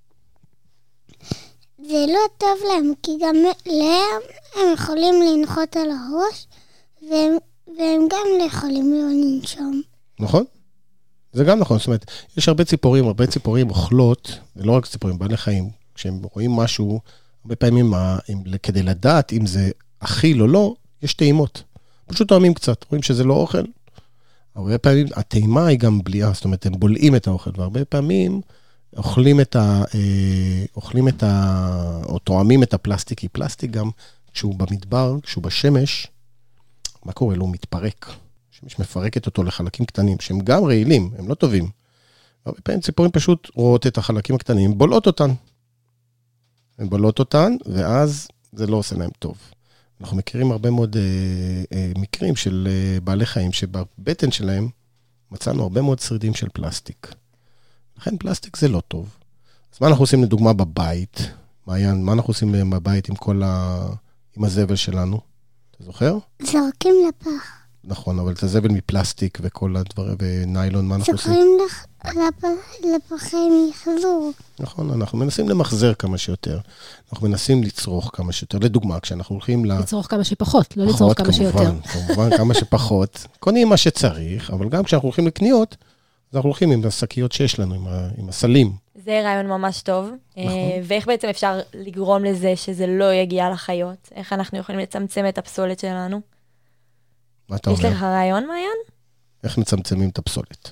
זה לא טוב להם, כי גם להם הם יכולים לנחות על הראש, והם, והם גם לא יכולים לא לנשום. נכון? זה גם נכון, זאת אומרת, יש הרבה ציפורים, הרבה ציפורים אוכלות, ולא רק ציפורים, בעלי חיים, כשהם רואים משהו, הרבה פעמים, כדי לדעת אם זה אכיל או לא, יש טעימות. פשוט טועמים קצת, רואים שזה לא אוכל. הרבה פעמים, הטעימה היא גם בליעה, זאת אומרת, הם בולעים את האוכל, והרבה פעמים אוכלים את ה... אוכלים את ה... או טועמים את הפלסטיק, כי פלסטיק גם, כשהוא במדבר, כשהוא בשמש, מה קורה לו? הוא מתפרק. השמש מפרקת אותו לחלקים קטנים, שהם גם רעילים, הם לא טובים. הרבה פעמים ציפורים פשוט רואות את החלקים הקטנים, בולעות אותן. הן בולעות אותן, ואז זה לא עושה להם טוב. אנחנו מכירים הרבה מאוד אה, אה, מקרים של אה, בעלי חיים, שבבטן שלהם מצאנו הרבה מאוד שרידים של פלסטיק. לכן פלסטיק זה לא טוב. אז מה אנחנו עושים לדוגמה בבית? מעיין, מה אנחנו עושים בבית עם כל ה... עם הזבל שלנו? אתה זוכר? זורקים לפח. נכון, אבל את הזבל מפלסטיק וכל הדברים, וניילון, מה אנחנו עושים? זוכרים לפחי מחזור. נכון, אנחנו מנסים למחזר כמה שיותר. אנחנו מנסים לצרוך כמה שיותר. לדוגמה, כשאנחנו הולכים ל... לצרוך כמה שפחות, לא לצרוך כמה שיותר. כמובן, כמובן, כמה שפחות. קונים מה שצריך, אבל גם כשאנחנו הולכים לקניות, אז אנחנו הולכים עם השקיות שיש לנו, עם, ה... עם הסלים. זה רעיון ממש טוב. נכון. ואיך בעצם אפשר לגרום לזה שזה לא יגיע לחיות? איך אנחנו יכולים לצמצם את הפסולת שלנו? מה אתה יש אומר? לך רעיון, מעיין? איך מצמצמים את הפסולת?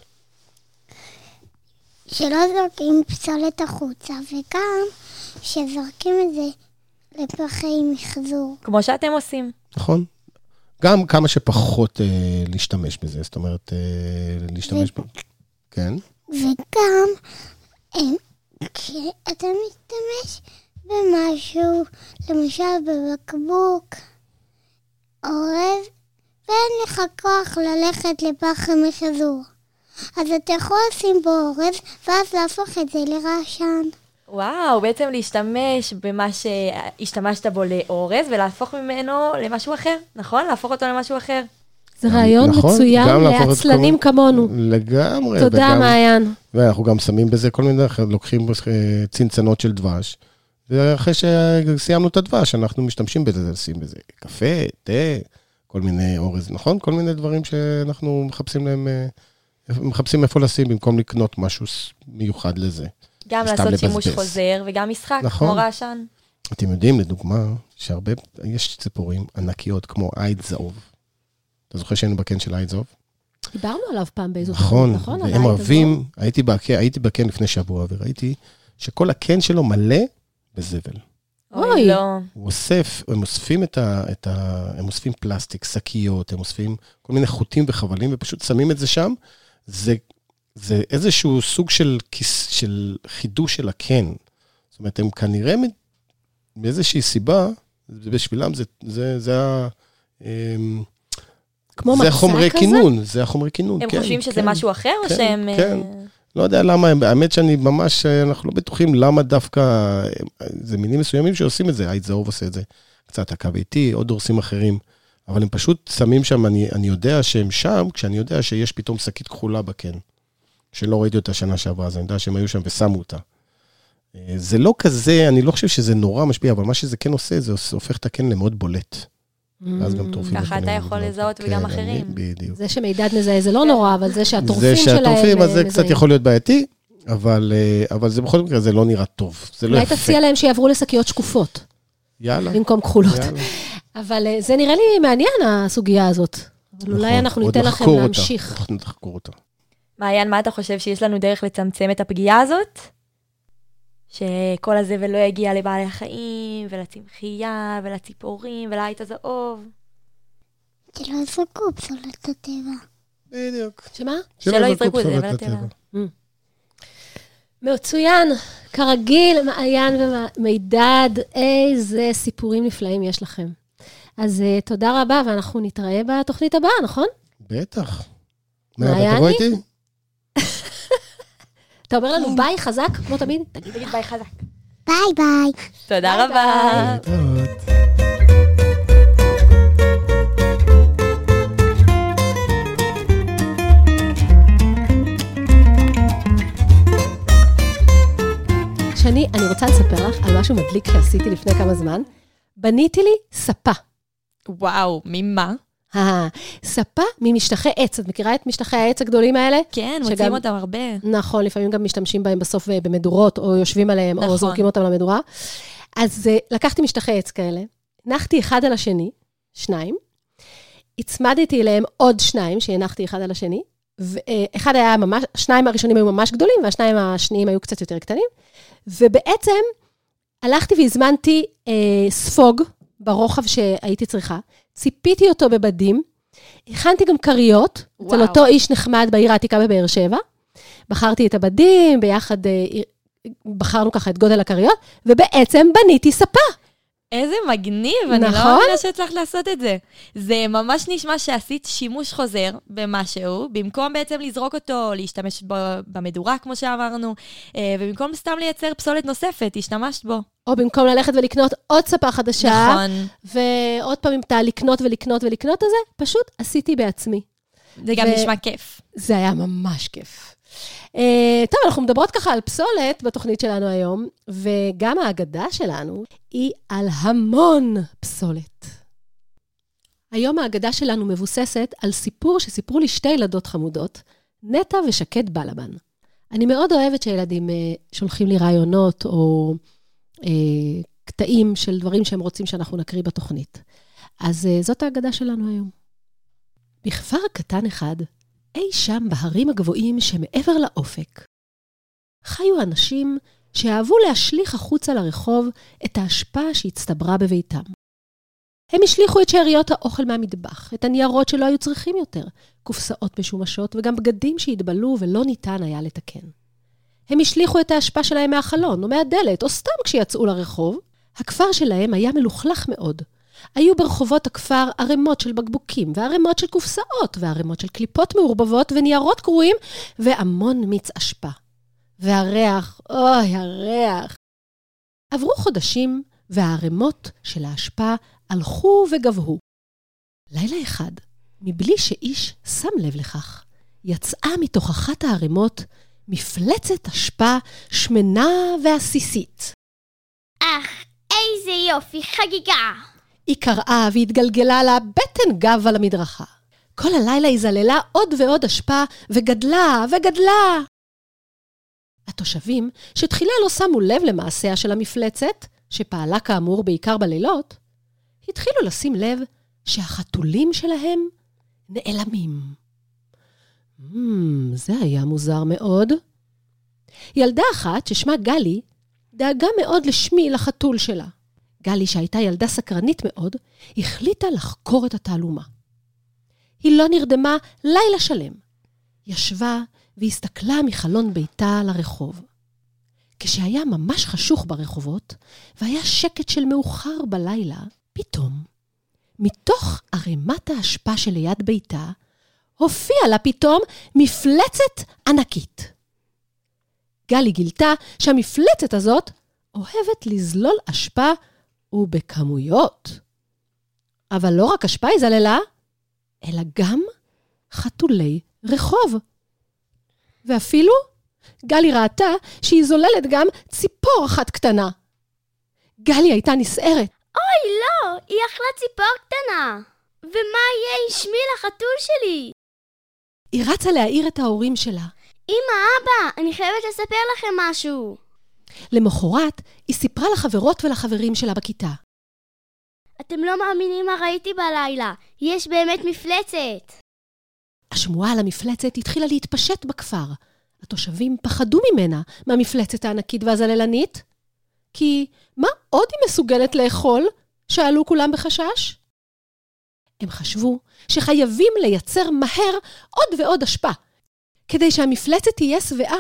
שלא זורקים פסולת החוצה, וגם שזורקים את זה לפחי מחזור. כמו שאתם עושים. נכון? גם כמה שפחות אה, להשתמש בזה, זאת אומרת, אה, להשתמש ב... כן. וגם, אה, כשאתה משתמש במשהו, למשל בבקבוק, אורז, ואין לך כוח ללכת לפח מחזור. אז אתה יכול לשים בו אורז, ואז להפוך את זה לרעשן. וואו, בעצם להשתמש במה שהשתמשת בו לאורז, ולהפוך ממנו למשהו אחר, נכון? להפוך אותו למשהו אחר. זה רעיון נכון, מצוין גם להפוך את לעצלנים כל- כמונו. לגמרי. תודה, וגם- מעיין. ואנחנו גם שמים בזה כל מיני, לוקחים אה, צנצנות של דבש, ואחרי שסיימנו את הדבש, אנחנו משתמשים בזה, לשים בזה קפה, תה, כל מיני אורז, נכון? כל מיני דברים שאנחנו מחפשים להם, אה, מחפשים איפה לשים, במקום לקנות משהו ס- מיוחד לזה. גם סתם לעשות שימוש לבזבז. חוזר, וגם משחק, נכון. כמו רעשן. אתם יודעים, לדוגמה, שהרבה, יש ציפורים ענקיות, כמו עיד זהוב. אתה זוכר שהיינו בקן של עיד זהוב? דיברנו עליו פעם באיזו נכון, תוכנית, נכון? על והם העית אוהבים, הייתי בקן, הייתי בקן לפני שבוע, וראיתי שכל הקן שלו מלא בזבל. אוי. אוי, לא. הוא אוסף, הם אוספים את ה, את ה... הם אוספים פלסטיק, שקיות, הם אוספים כל מיני חוטים וחבלים, ופשוט שמים את זה שם. זה, זה איזשהו סוג של, כיס, של חידוש של הקן. זאת אומרת, הם כנראה מאיזושהי סיבה, בשבילם זה, זה, זה ה... אמ, כמו זה מצע החומרי כזה? כינון, זה החומרי כינון. הם כן, חושבים שזה כן. משהו אחר, או כן, שהם... כן. אה, לא יודע למה, האמת שאני ממש, אנחנו לא בטוחים למה דווקא, זה מינים מסוימים שעושים את זה, עיד זהוב עושה את זה, קצת הקוויתי, עוד דורסים אחרים, אבל הם פשוט שמים שם, אני, אני יודע שהם שם, כשאני יודע שיש פתאום שקית כחולה בקן, שלא ראיתי אותה שנה שעברה, אז אני יודע שהם היו שם ושמו אותה. זה לא כזה, אני לא חושב שזה נורא משפיע, אבל מה שזה כן עושה, זה הופך את הקן למאוד בולט. ואז גם טורפים. ככה אתה יכול לזהות וגם אחרים. בדיוק. זה שמידד מזהה זה לא נורא, אבל זה שהטורפים זה שלהם שהטורפים, אז זה מזהים. קצת יכול להיות בעייתי, אבל, אבל זה בכל מקרה, זה לא נראה טוב. זה לא אולי יפה. תציע להם שיעברו לשקיות שקופות, יאללה. במקום כחולות. יאללה. אבל אה, זה נראה לי מעניין, הסוגיה הזאת. אבל אולי נכון, אנחנו עוד ניתן לכם נחקור אותה. להמשיך. עוד נחקור אותה. מעיין, מה אתה חושב שיש לנו דרך לצמצם את הפגיעה הזאת? שכל הזבל לא יגיע לבעלי החיים, ולצמחייה, ולציפורים, ולעית הזהוב. שלא יזרקו פסולת הטבע. בדיוק. שמה? שלא יזרקו פסולת זבל לטבע. מצוין. כרגיל, מעיין ומידד, איזה סיפורים נפלאים יש לכם. אז uh, תודה רבה, ואנחנו נתראה בתוכנית הבאה, נכון? בטח. מה מה, היה אתה תבוא לי? איתי? אתה אומר לנו ביי חזק, כמו תמיד? תגיד, תגיד ביי חזק. ביי ביי. תודה רבה. להתראות. שני, אני רוצה לספר לך על משהו מדליק שעשיתי לפני כמה זמן. בניתי לי ספה. וואו, ממה? ספה ממשטחי עץ. את מכירה את משטחי העץ הגדולים האלה? כן, שגם- מוצאים אותם הרבה. נכון, לפעמים גם משתמשים בהם בסוף במדורות, או יושבים עליהם, נכון. או זורקים אותם למדורה. אז uh, לקחתי משטחי עץ כאלה, הנחתי אחד על השני, שניים, הצמדתי אליהם עוד שניים, שהנחתי אחד על השני, ואחד היה ממש, שניים הראשונים היו ממש גדולים, והשניים השניים היו קצת יותר קטנים, ובעצם הלכתי והזמנתי אה, ספוג ברוחב שהייתי צריכה, ציפיתי אותו בבדים, הכנתי גם קריות, אצל אותו איש נחמד בעיר העתיקה בבאר שבע. בחרתי את הבדים, ביחד בחרנו ככה את גודל הקריות, ובעצם בניתי ספה. איזה מגניב, אני לא מאמינה שהצלחת לעשות את זה. זה ממש נשמע שעשית שימוש חוזר במשהו, במקום בעצם לזרוק אותו, להשתמש בו במדורה, כמו שאמרנו, ובמקום סתם לייצר פסולת נוספת, השתמשת בו. או במקום ללכת ולקנות עוד ספה חדשה, נכון. ועוד פעמים אתה לקנות ולקנות ולקנות את זה, פשוט עשיתי בעצמי. זה גם נשמע כיף. זה היה ממש כיף. Uh, טוב, אנחנו מדברות ככה על פסולת בתוכנית שלנו היום, וגם ההגדה שלנו היא על המון פסולת. היום ההגדה שלנו מבוססת על סיפור שסיפרו לי שתי ילדות חמודות, נטע ושקד בלבן. אני מאוד אוהבת שילדים uh, שולחים לי רעיונות או uh, קטעים של דברים שהם רוצים שאנחנו נקריא בתוכנית. אז uh, זאת ההגדה שלנו היום. בכפר קטן אחד, אי שם בהרים הגבוהים שמעבר לאופק. חיו אנשים שאהבו להשליך החוצה לרחוב את ההשפעה שהצטברה בביתם. הם השליחו את שאריות האוכל מהמטבח, את הניירות שלא היו צריכים יותר, קופסאות משומשות וגם בגדים שהתבלו ולא ניתן היה לתקן. הם השליחו את ההשפעה שלהם מהחלון או מהדלת או סתם כשיצאו לרחוב. הכפר שלהם היה מלוכלך מאוד. היו ברחובות הכפר ערימות של בקבוקים, וערימות של קופסאות, וערימות של קליפות מעורבבות, וניירות קרועים, והמון מיץ אשפה. והריח, אוי, הריח. עברו חודשים, והערימות של האשפה הלכו וגבהו. לילה אחד, מבלי שאיש שם לב לכך, יצאה מתוך אחת הערימות מפלצת אשפה שמנה ועסיסית. אך, איזה יופי, חגיגה! היא קראה והתגלגלה לה בטן גב על המדרכה. כל הלילה היא זללה עוד ועוד אשפה וגדלה וגדלה. התושבים, שתחילה לא שמו לב למעשיה של המפלצת, שפעלה כאמור בעיקר בלילות, התחילו לשים לב שהחתולים שלהם נעלמים. Hmm, זה היה מוזר מאוד. ילדה אחת ששמה גלי, דאגה מאוד לשמי לחתול שלה. גלי, שהייתה ילדה סקרנית מאוד, החליטה לחקור את התעלומה. היא לא נרדמה לילה שלם. ישבה והסתכלה מחלון ביתה לרחוב. כשהיה ממש חשוך ברחובות, והיה שקט של מאוחר בלילה, פתאום, מתוך ערימת ההשפעה שליד ביתה, הופיעה לה פתאום מפלצת ענקית. גלי גילתה שהמפלצת הזאת אוהבת לזלול אשפה ובכמויות. אבל לא רק אשפה היא זללה, אלא גם חתולי רחוב. ואפילו גלי ראתה שהיא זוללת גם ציפור אחת קטנה. גלי הייתה נסערת. אוי, לא, היא אכלה ציפור קטנה. ומה יהיה עם שמי לחתול שלי? היא רצה להעיר את ההורים שלה. אמא, אבא, אני חייבת לספר לכם משהו. למחרת, היא סיפרה לחברות ולחברים שלה בכיתה. אתם לא מאמינים מה ראיתי בלילה. יש באמת מפלצת. השמועה על המפלצת התחילה להתפשט בכפר. התושבים פחדו ממנה, מהמפלצת הענקית והזללנית. כי מה עוד היא מסוגלת לאכול? שאלו כולם בחשש. הם חשבו שחייבים לייצר מהר עוד ועוד אשפה, כדי שהמפלצת תהיה שבעה.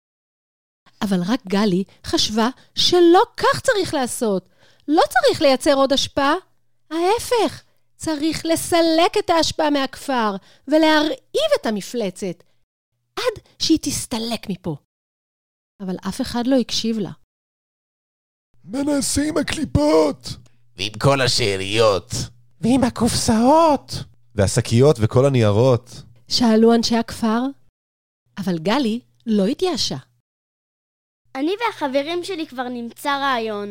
אבל רק גלי חשבה שלא כך צריך לעשות. לא צריך לייצר עוד אשפה. ההפך, צריך לסלק את האשפה מהכפר ולהרעיב את המפלצת, עד שהיא תסתלק מפה. אבל אף אחד לא הקשיב לה. מנסה עם הקליפות. ועם כל השאריות. ועם הקופסאות. והשקיות וכל הניירות. שאלו אנשי הכפר, אבל גלי לא התייאשה. אני והחברים שלי כבר נמצא רעיון.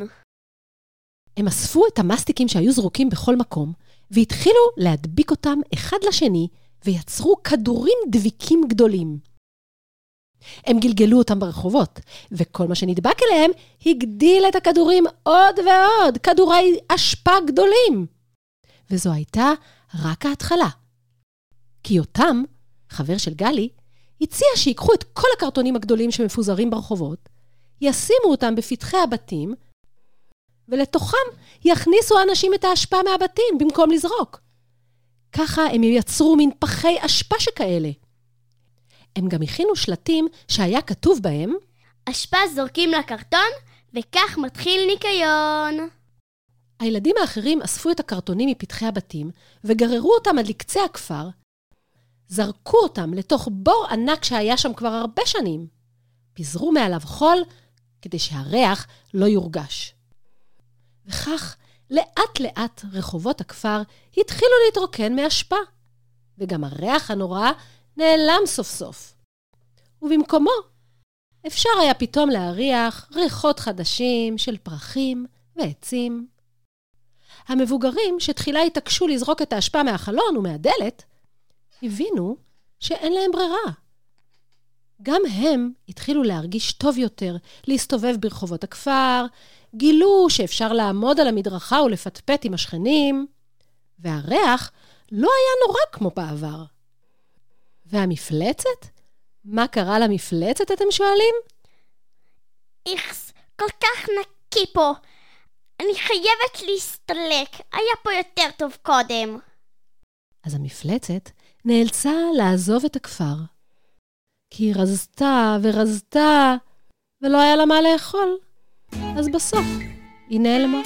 הם אספו את המסטיקים שהיו זרוקים בכל מקום, והתחילו להדביק אותם אחד לשני, ויצרו כדורים דביקים גדולים. הם גלגלו אותם ברחובות, וכל מה שנדבק אליהם הגדיל את הכדורים עוד ועוד, כדורי אשפה גדולים. וזו הייתה רק ההתחלה. כי אותם, חבר של גלי, הציע שיקחו את כל הקרטונים הגדולים שמפוזרים ברחובות, ישימו אותם בפתחי הבתים, ולתוכם יכניסו האנשים את ההשפעה מהבתים במקום לזרוק. ככה הם ייצרו מין פחי אשפה שכאלה. הם גם הכינו שלטים שהיה כתוב בהם, אשפה זורקים לקרטון, וכך מתחיל ניקיון. הילדים האחרים אספו את הקרטונים מפתחי הבתים, וגררו אותם עד לקצה הכפר, זרקו אותם לתוך בור ענק שהיה שם כבר הרבה שנים, פיזרו מעליו חול, כדי שהריח לא יורגש. וכך, לאט לאט רחובות הכפר התחילו להתרוקן מהשפה, וגם הריח הנורא נעלם סוף סוף. ובמקומו, אפשר היה פתאום להריח ריחות חדשים של פרחים ועצים. המבוגרים שתחילה התעקשו לזרוק את ההשפעה מהחלון ומהדלת, הבינו שאין להם ברירה. גם הם התחילו להרגיש טוב יותר, להסתובב ברחובות הכפר, גילו שאפשר לעמוד על המדרכה ולפטפט עם השכנים, והריח לא היה נורא כמו בעבר. והמפלצת? מה קרה למפלצת, אתם שואלים? איכס, כל כך נקי פה. אני חייבת להסתלק, היה פה יותר טוב קודם. אז המפלצת נאלצה לעזוב את הכפר, כי היא רזתה ורזתה, ולא היה לה מה לאכול. אז בסוף היא נעלמה.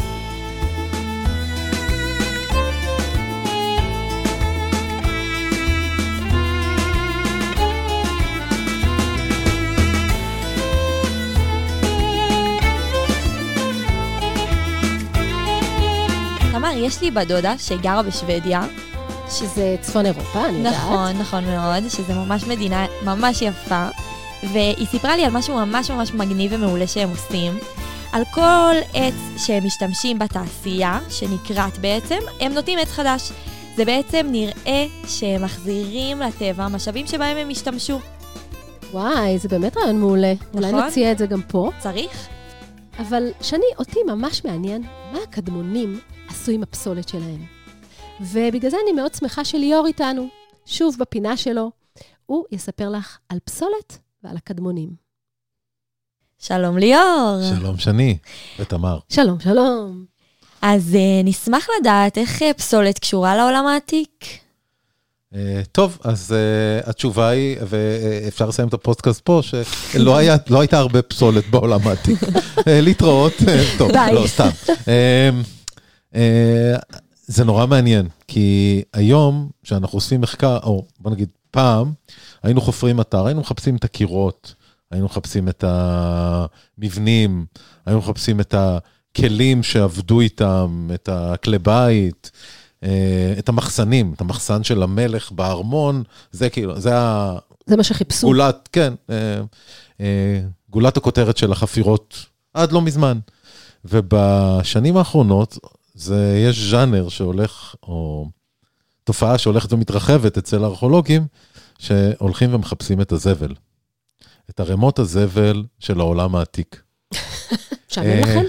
תמר, יש לי בדודה שגרה בשוודיה. שזה צפון אירופה, אני יודעת. נכון, נכון מאוד, שזה ממש מדינה ממש יפה. והיא סיפרה לי על משהו ממש ממש מגניב ומעולה שהם עושים. על כל עץ שהם משתמשים בתעשייה, שנקראת בעצם, הם נותנים עץ חדש. זה בעצם נראה שהם מחזירים לטבע משאבים שבהם הם השתמשו. וואי, זה באמת רעיון מעולה. נכון? אולי נציע את זה גם פה. צריך? אבל שני, אותי ממש מעניין מה הקדמונים עשו עם הפסולת שלהם. ובגלל זה אני מאוד שמחה שליאור איתנו, שוב בפינה שלו, הוא יספר לך על פסולת ועל הקדמונים. שלום ליאור. שלום שני ותמר. שלום, שלום. אז uh, נשמח לדעת איך uh, פסולת קשורה לעולם העתיק. Uh, טוב, אז uh, התשובה היא, ואפשר לסיים את הפודקאסט פה, שלא היה, לא הייתה הרבה פסולת בעולם העתיק. uh, להתראות, uh, טוב, ביי. לא, סתם. Uh, uh, זה נורא מעניין, כי היום, שאנחנו עושים מחקר, או בוא נגיד פעם, היינו חופרים אתר, היינו מחפשים את הקירות, היינו מחפשים את המבנים, היינו מחפשים את הכלים שעבדו איתם, את הכלי בית, את המחסנים, את המחסן של המלך בארמון, זה כאילו, זה ה... זה מה שחיפשו. גולת, כן, גולת הכותרת של החפירות, עד לא מזמן. ובשנים האחרונות, זה, יש ז'אנר שהולך, או תופעה שהולכת ומתרחבת אצל הארכיאולוגים, שהולכים ומחפשים את הזבל. את הרמות הזבל של העולם העתיק. שענה לכם?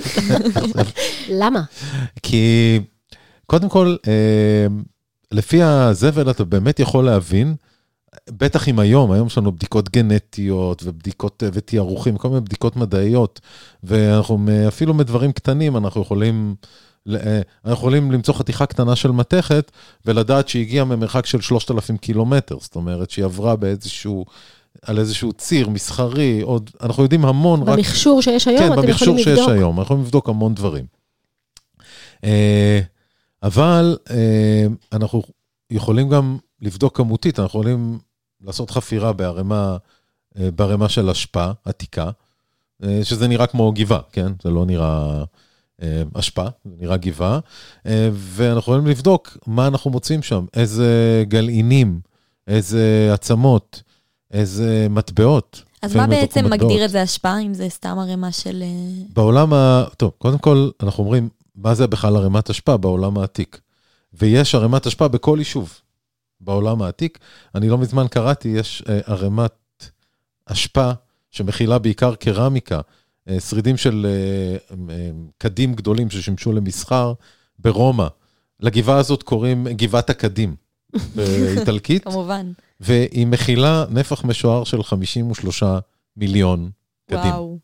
למה? כי קודם כל, לפי הזבל אתה באמת יכול להבין, בטח אם היום, היום יש לנו בדיקות גנטיות ובדיקות ותיארוכים, כל מיני בדיקות מדעיות, ואנחנו אפילו מדברים קטנים, אנחנו יכולים, אנחנו יכולים למצוא חתיכה קטנה של מתכת, ולדעת שהיא הגיעה ממרחק של שלושת אלפים קילומטר, זאת אומרת שהיא עברה באיזשהו, על איזשהו ציר מסחרי, עוד, אנחנו יודעים המון, במכשור רק, שיש היום, כן, אתם יכולים לבדוק. במכשור שיש היום, אנחנו יכולים לבדוק המון דברים. אבל אנחנו יכולים גם לבדוק כמותית, אנחנו יכולים לעשות חפירה בהרמה, בהרמה של השפעה עתיקה, שזה נראה כמו גבעה, כן? זה לא נראה השפעה, זה נראה גבעה, ואנחנו יכולים לבדוק מה אנחנו מוצאים שם, איזה גלעינים, איזה עצמות, איזה מטבעות. אז מה בעצם מגדיר את זה השפעה, אם זה סתם הרמה של... בעולם ה... טוב, קודם כל אנחנו אומרים, מה זה בכלל הרמת השפעה בעולם העתיק? ויש הרמת השפעה בכל יישוב בעולם העתיק. אני לא מזמן קראתי, יש הרמת השפעה שמכילה בעיקר קרמיקה, שרידים של קדים גדולים ששימשו למסחר ברומא. לגבעה הזאת קוראים גבעת הקדים באיטלקית. כמובן. והיא מכילה נפח משוער של חמישים ושלושה מיליון קדים. וואו.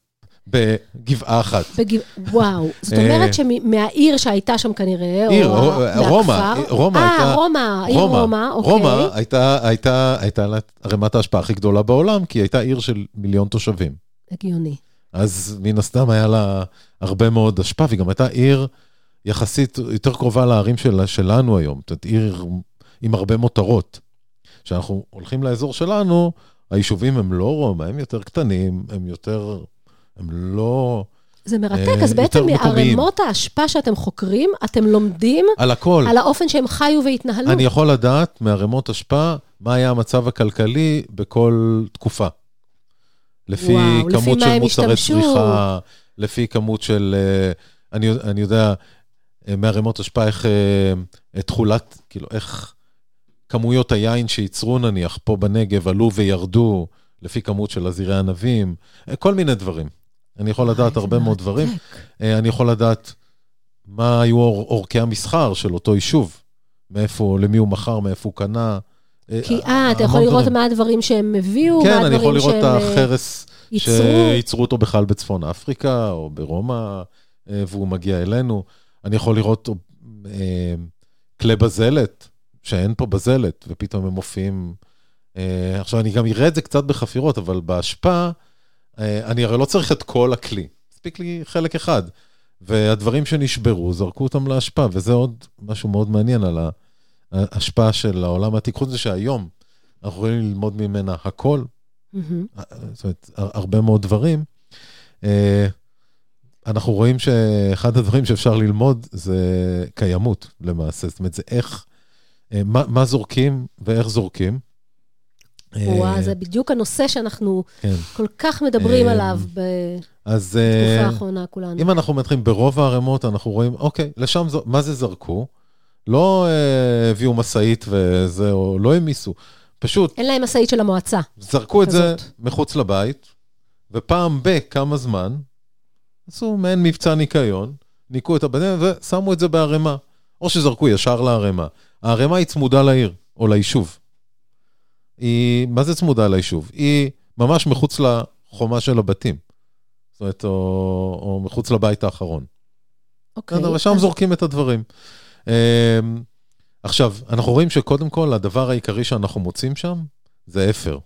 בגבעה אחת. וואו, זאת אומרת שמהעיר שהייתה שם כנראה, עיר, או רומא, רומא אה, הייתה... רומא, עיר רומא, אוקיי. רומא הייתה, הייתה, הייתה רמת ההשפעה הכי גדולה בעולם, כי היא הייתה עיר של מיליון תושבים. הגיוני. אז מן הסתם היה לה הרבה מאוד השפעה, והיא גם הייתה עיר יחסית יותר קרובה לערים של, שלנו היום, זאת אומרת, עיר עם הרבה מותרות. כשאנחנו הולכים לאזור שלנו, היישובים הם לא רומא, הם יותר קטנים, הם יותר, הם לא... זה מרתק, אז בעצם מהרמות ההשפעה שאתם חוקרים, אתם לומדים על הכל. על האופן שהם חיו והתנהלו. אני יכול לדעת מהרמות השפעה, מה היה המצב הכלכלי בכל תקופה. לפי וואו, כמות לפי של מוצרי צריכה, לפי כמות של, אני, אני יודע, מהרמות השפעה, איך תחולת, כאילו, איך כמויות היין שייצרו נניח פה בנגב, עלו וירדו, לפי כמות של הזירי ענבים, כל מיני דברים. אני יכול לדעת הרבה מאוד דברים. אני יכול לדעת מה היו אורכי המסחר של אותו יישוב, מאיפה, למי הוא מכר, מאיפה הוא קנה. כי אה, אתה יכול לראות מה הדברים שהם הביאו, כן, מה הדברים אני יכול לראות שהם את החרס שייצרו אותו בכלל בצפון אפריקה, או ברומא, והוא מגיע אלינו. אני יכול לראות כלי בזלת, שאין פה בזלת, ופתאום הם מופיעים. עכשיו, אני גם אראה את זה קצת בחפירות, אבל בהשפעה, אני הרי לא צריך את כל הכלי. מספיק לי חלק אחד. והדברים שנשברו, זרקו אותם להשפעה, וזה עוד משהו מאוד מעניין על ההשפעה של העולם העתיק. חוץ זה שהיום אנחנו יכולים ללמוד ממנה הכל, זאת אומרת, הרבה מאוד דברים. אנחנו רואים שאחד הדברים שאפשר ללמוד זה קיימות למעשה. זאת אומרת, זה איך, מה, מה זורקים ואיך זורקים. וואו, זה בדיוק הנושא שאנחנו כן. כל כך מדברים עליו אז, בתקופה האחרונה כולנו. אם אנחנו מתחילים ברוב הערמות, אנחנו רואים, אוקיי, לשם, מה זה זרקו? לא הביאו מסעית וזה, או לא המיסו. פשוט... אין להם מסעית של המועצה. זרקו את זה מחוץ לבית, ופעם בכמה זמן, עשו מעין מבצע ניקיון, ניקו את הבנים ושמו את זה בערמה. או שזרקו ישר לערמה. הערמה היא צמודה לעיר, או ליישוב. היא, מה זה צמודה ליישוב? היא ממש מחוץ לחומה של הבתים. זאת אומרת, או, או מחוץ לבית האחרון. אוקיי. ושם אז... זורקים את הדברים. עכשיו, אנחנו רואים שקודם כל, הדבר העיקרי שאנחנו מוצאים שם, זה אפר.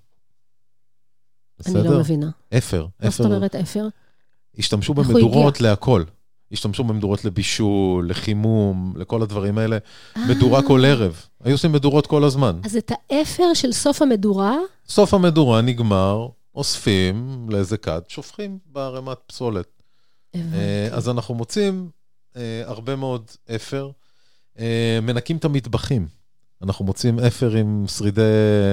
אני לא מבינה. אפר. מה זאת אומרת אפר? השתמשו במדורות להכל. השתמשו במדורות לבישול, לחימום, לכל הדברים האלה. מדורה כל ערב. היו עושים מדורות כל הזמן. אז את האפר של סוף המדורה? סוף המדורה נגמר, אוספים לאיזה כד, שופכים בערמת פסולת. אז אנחנו מוצאים הרבה מאוד אפר. מנקים את המטבחים. אנחנו מוצאים אפר עם שרידי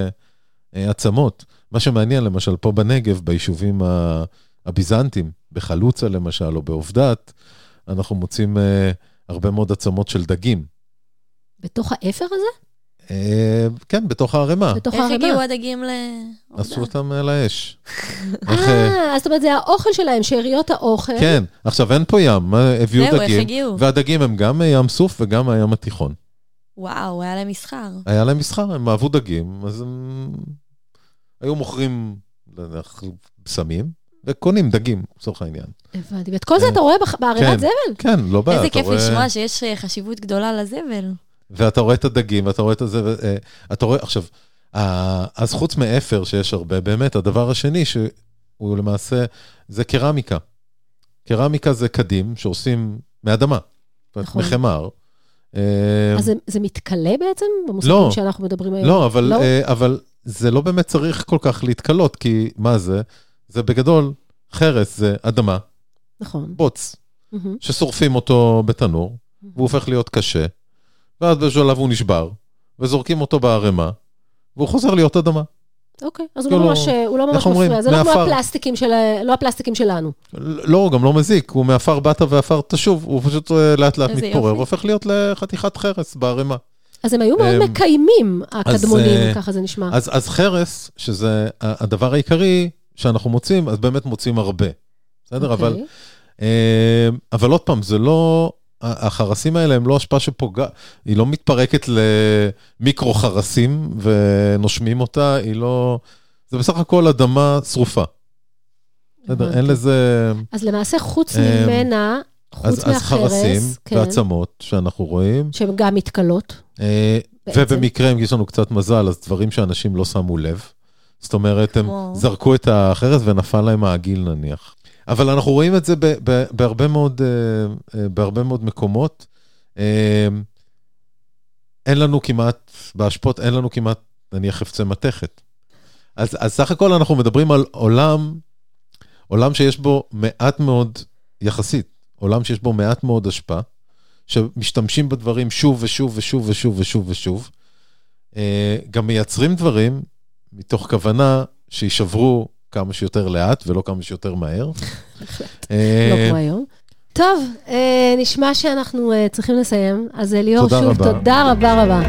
עצמות. מה שמעניין, למשל, פה בנגב, ביישובים הביזנטיים, בחלוצה למשל, או בעובדת, אנחנו מוצאים הרבה מאוד עצמות של דגים. בתוך האפר הזה? כן, בתוך הערמה. בתוך הערמה. איך הגיעו הדגים לעובדה? עשו אותם לאש. אה, אז זאת אומרת, זה האוכל שלהם, שאריות האוכל. כן, עכשיו אין פה ים, הביאו דגים. זהו, איך הגיעו? והדגים הם גם מים סוף וגם מים התיכון. וואו, היה להם מסחר. היה להם מסחר, הם אהבו דגים, אז הם היו מוכרים סמים, וקונים דגים, לצורך העניין. הבנתי, ואת כל זה אתה רואה בערימת זבל? כן, לא בעיה. איזה כיף לשמוע שיש חשיבות גדולה לזבל. ואתה רואה את הדגים, ואתה רואה את הזבל, אתה רואה, עכשיו, אז חוץ מאפר שיש הרבה, באמת, הדבר השני שהוא למעשה, זה קרמיקה. קרמיקה זה קדים שעושים מאדמה, מחמר. אז זה מתקלה בעצם? במושגים שאנחנו מדברים היום? לא, אבל זה לא באמת צריך כל כך להתקלות, כי מה זה? זה בגדול, חרס זה אדמה, נכון. בוץ, ששורפים אותו בתנור, והוא הופך להיות קשה, ואז בשלב הוא נשבר, וזורקים אותו בערמה, והוא חוזר להיות אדמה. אוקיי, אז הוא לא ממש מפריע, זה לא כמו הפלסטיקים שלנו. לא, גם לא מזיק, הוא מאפר בטה ואפר תשוב, הוא פשוט לאט לאט מתפורר, והופך להיות לחתיכת חרס בערמה. אז הם היו מאוד מקיימים, הקדמונים, ככה זה נשמע. אז חרס, שזה הדבר העיקרי שאנחנו מוצאים, אז באמת מוצאים הרבה. בסדר? אבל, אבל עוד פעם, זה לא, החרסים האלה הם לא השפעה שפוגע, היא לא מתפרקת למיקרו חרסים ונושמים אותה, היא לא, זה בסך הכל אדמה שרופה. בסדר, אין לזה... אז למעשה, חוץ ממנה, חוץ מהחרס... אז חרסים ועצמות שאנחנו רואים. שהן גם מתקלות. ובמקרה, אם יש לנו קצת מזל, אז דברים שאנשים לא שמו לב. זאת אומרת, הם זרקו את החרס ונפל להם העגיל נניח. אבל אנחנו רואים את זה בהרבה מאוד, בהרבה מאוד מקומות. אין לנו כמעט, בהשפות, אין לנו כמעט, נניח, חפצי מתכת. אז, אז סך הכל אנחנו מדברים על עולם, עולם שיש בו מעט מאוד, יחסית, עולם שיש בו מעט מאוד השפעה, שמשתמשים בדברים שוב ושוב ושוב ושוב ושוב ושוב, גם מייצרים דברים מתוך כוונה שישברו כמה שיותר לאט ולא כמה שיותר מהר. לא כמו היום. טוב, נשמע שאנחנו צריכים לסיים. אז ליאור, שוב, תודה רבה רבה.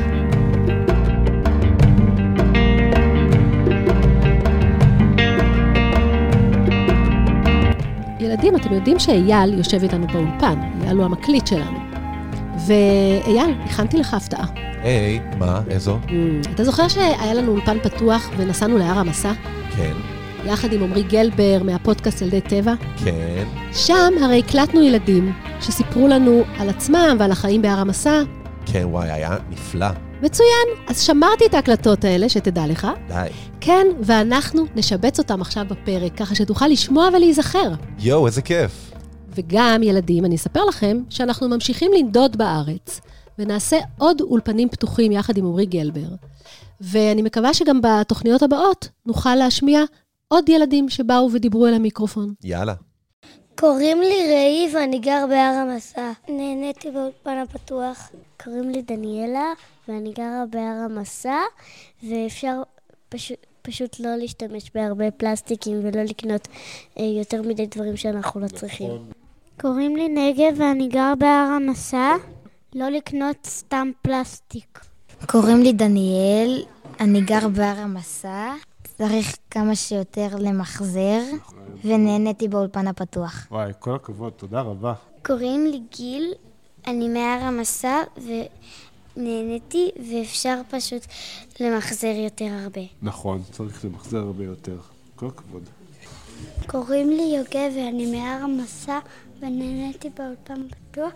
ילדים, אתם יודעים שאייל יושב איתנו באולפן, אייל הוא המקליט שלנו. ואייל, הכנתי לך הפתעה. היי, מה? איזו? אתה זוכר שהיה לנו אולפן פתוח ונסענו להר המסע? כן. יחד עם עמרי גלבר מהפודקאסט ילדי טבע? כן. שם הרי הקלטנו ילדים שסיפרו לנו על עצמם ועל החיים בהר המסע. כן, וואי, היה נפלא. מצוין, אז שמרתי את ההקלטות האלה, שתדע לך. די. כן, ואנחנו נשבץ אותם עכשיו בפרק, ככה שתוכל לשמוע ולהיזכר. יואו, איזה כיף. וגם ילדים, אני אספר לכם שאנחנו ממשיכים לנדוד בארץ, ונעשה עוד אולפנים פתוחים יחד עם עמרי גלבר. ואני מקווה שגם בתוכניות הבאות נוכל להשמיע עוד ילדים שבאו ודיברו אל המיקרופון. יאללה. קוראים לי ראי ואני גר בהר המסע. נהניתי באולפן הפתוח. קוראים לי דניאלה ואני גרה בהר המסע, ואפשר פשוט, פשוט לא להשתמש בהרבה פלסטיקים ולא לקנות אה, יותר מדי דברים שאנחנו לא צריכים. קוראים לי נגב ואני גר בהר המסע. לא לקנות סתם פלסטיק. קוראים לי דניאל, אני גר בהר המסע. צריך כמה שיותר למחזר, ונהניתי באולפן הפתוח. וואי, כל הכבוד, תודה רבה. קוראים לי גיל, אני מהר המסע, ונהניתי, ואפשר פשוט למחזר יותר הרבה. נכון, צריך למחזר הרבה יותר. כל הכבוד. קוראים לי יוגב, ואני מהר המסע, ונהניתי באולפן פתוח,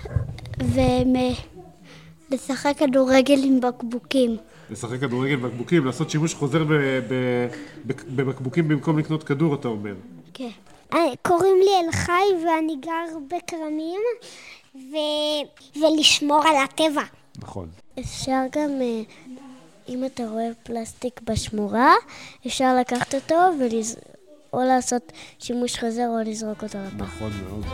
ולשחק כדורגל עם בקבוקים. לשחק כדורגל בקבוקים, לעשות שימוש חוזר בבקבוקים במקום לקנות כדור, אתה אומר. כן. קוראים לי אלחי ואני גר בקרמים, ולשמור על הטבע. נכון. אפשר גם, אם אתה רואה פלסטיק בשמורה, אפשר לקחת אותו או לעשות שימוש חוזר או לזרוק אותו לפח. נכון מאוד.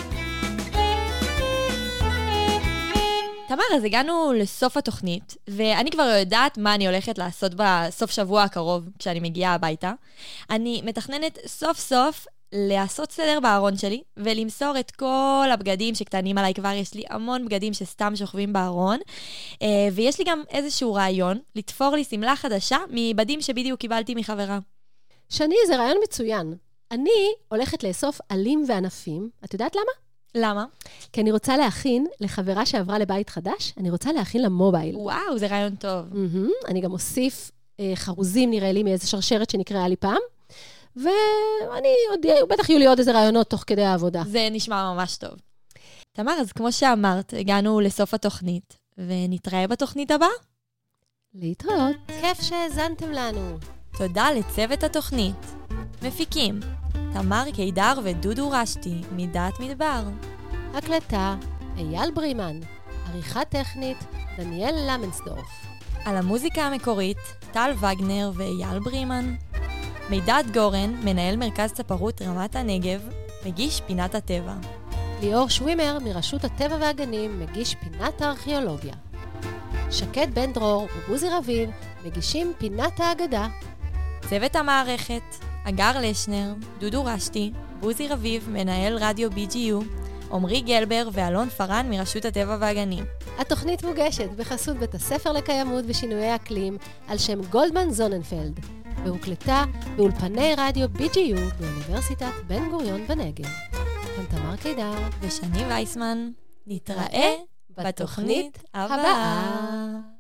תמר, אז הגענו לסוף התוכנית, ואני כבר יודעת מה אני הולכת לעשות בסוף שבוע הקרוב, כשאני מגיעה הביתה. אני מתכננת סוף סוף לעשות סדר בארון שלי, ולמסור את כל הבגדים שקטנים עליי. כבר יש לי המון בגדים שסתם שוכבים בארון, ויש לי גם איזשהו רעיון לתפור לי סמלה חדשה מבדים שבדיוק קיבלתי מחברה. שני, זה רעיון מצוין. אני הולכת לאסוף עלים וענפים. את יודעת למה? למה? כי אני רוצה להכין לחברה שעברה לבית חדש, אני רוצה להכין למובייל. וואו, זה רעיון טוב. Mm-hmm. אני גם אוסיף אה, חרוזים, נראה לי, מאיזו שרשרת שנקראה לי פעם, ואני עוד, בטח יהיו לי עוד איזה רעיונות תוך כדי העבודה. זה נשמע ממש טוב. תמר, אז כמו שאמרת, הגענו לסוף התוכנית, ונתראה בתוכנית הבאה. להתראות. כיף שהזנתם לנו. תודה לצוות התוכנית. מפיקים, תמר קידר ודודו רשתי, מדעת מדבר. הקלטה, אייל ברימן. עריכה טכנית, דניאל למנסדורף. על המוזיקה המקורית, טל וגנר ואייל ברימן. מידעת גורן, מנהל מרכז צפרות רמת הנגב, מגיש פינת הטבע. ליאור שווימר, מרשות הטבע והגנים, מגיש פינת הארכיאולוגיה. שקד בן דרור ובוזי רביב, מגישים פינת האגדה. צוות המערכת, אגר לשנר, דודו רשתי, בוזי רביב, מנהל רדיו בי ג'י יו, עמרי גלבר ואלון פרן מרשות הטבע והגנים. התוכנית מוגשת בחסות בית הספר לקיימות ושינויי אקלים על שם גולדמן זוננפלד, והוקלטה באולפני רדיו בי ג'י יו באוניברסיטת בן גוריון בנגב. כאן תמר קידר ושני וייסמן. נתראה בתוכנית הבאה.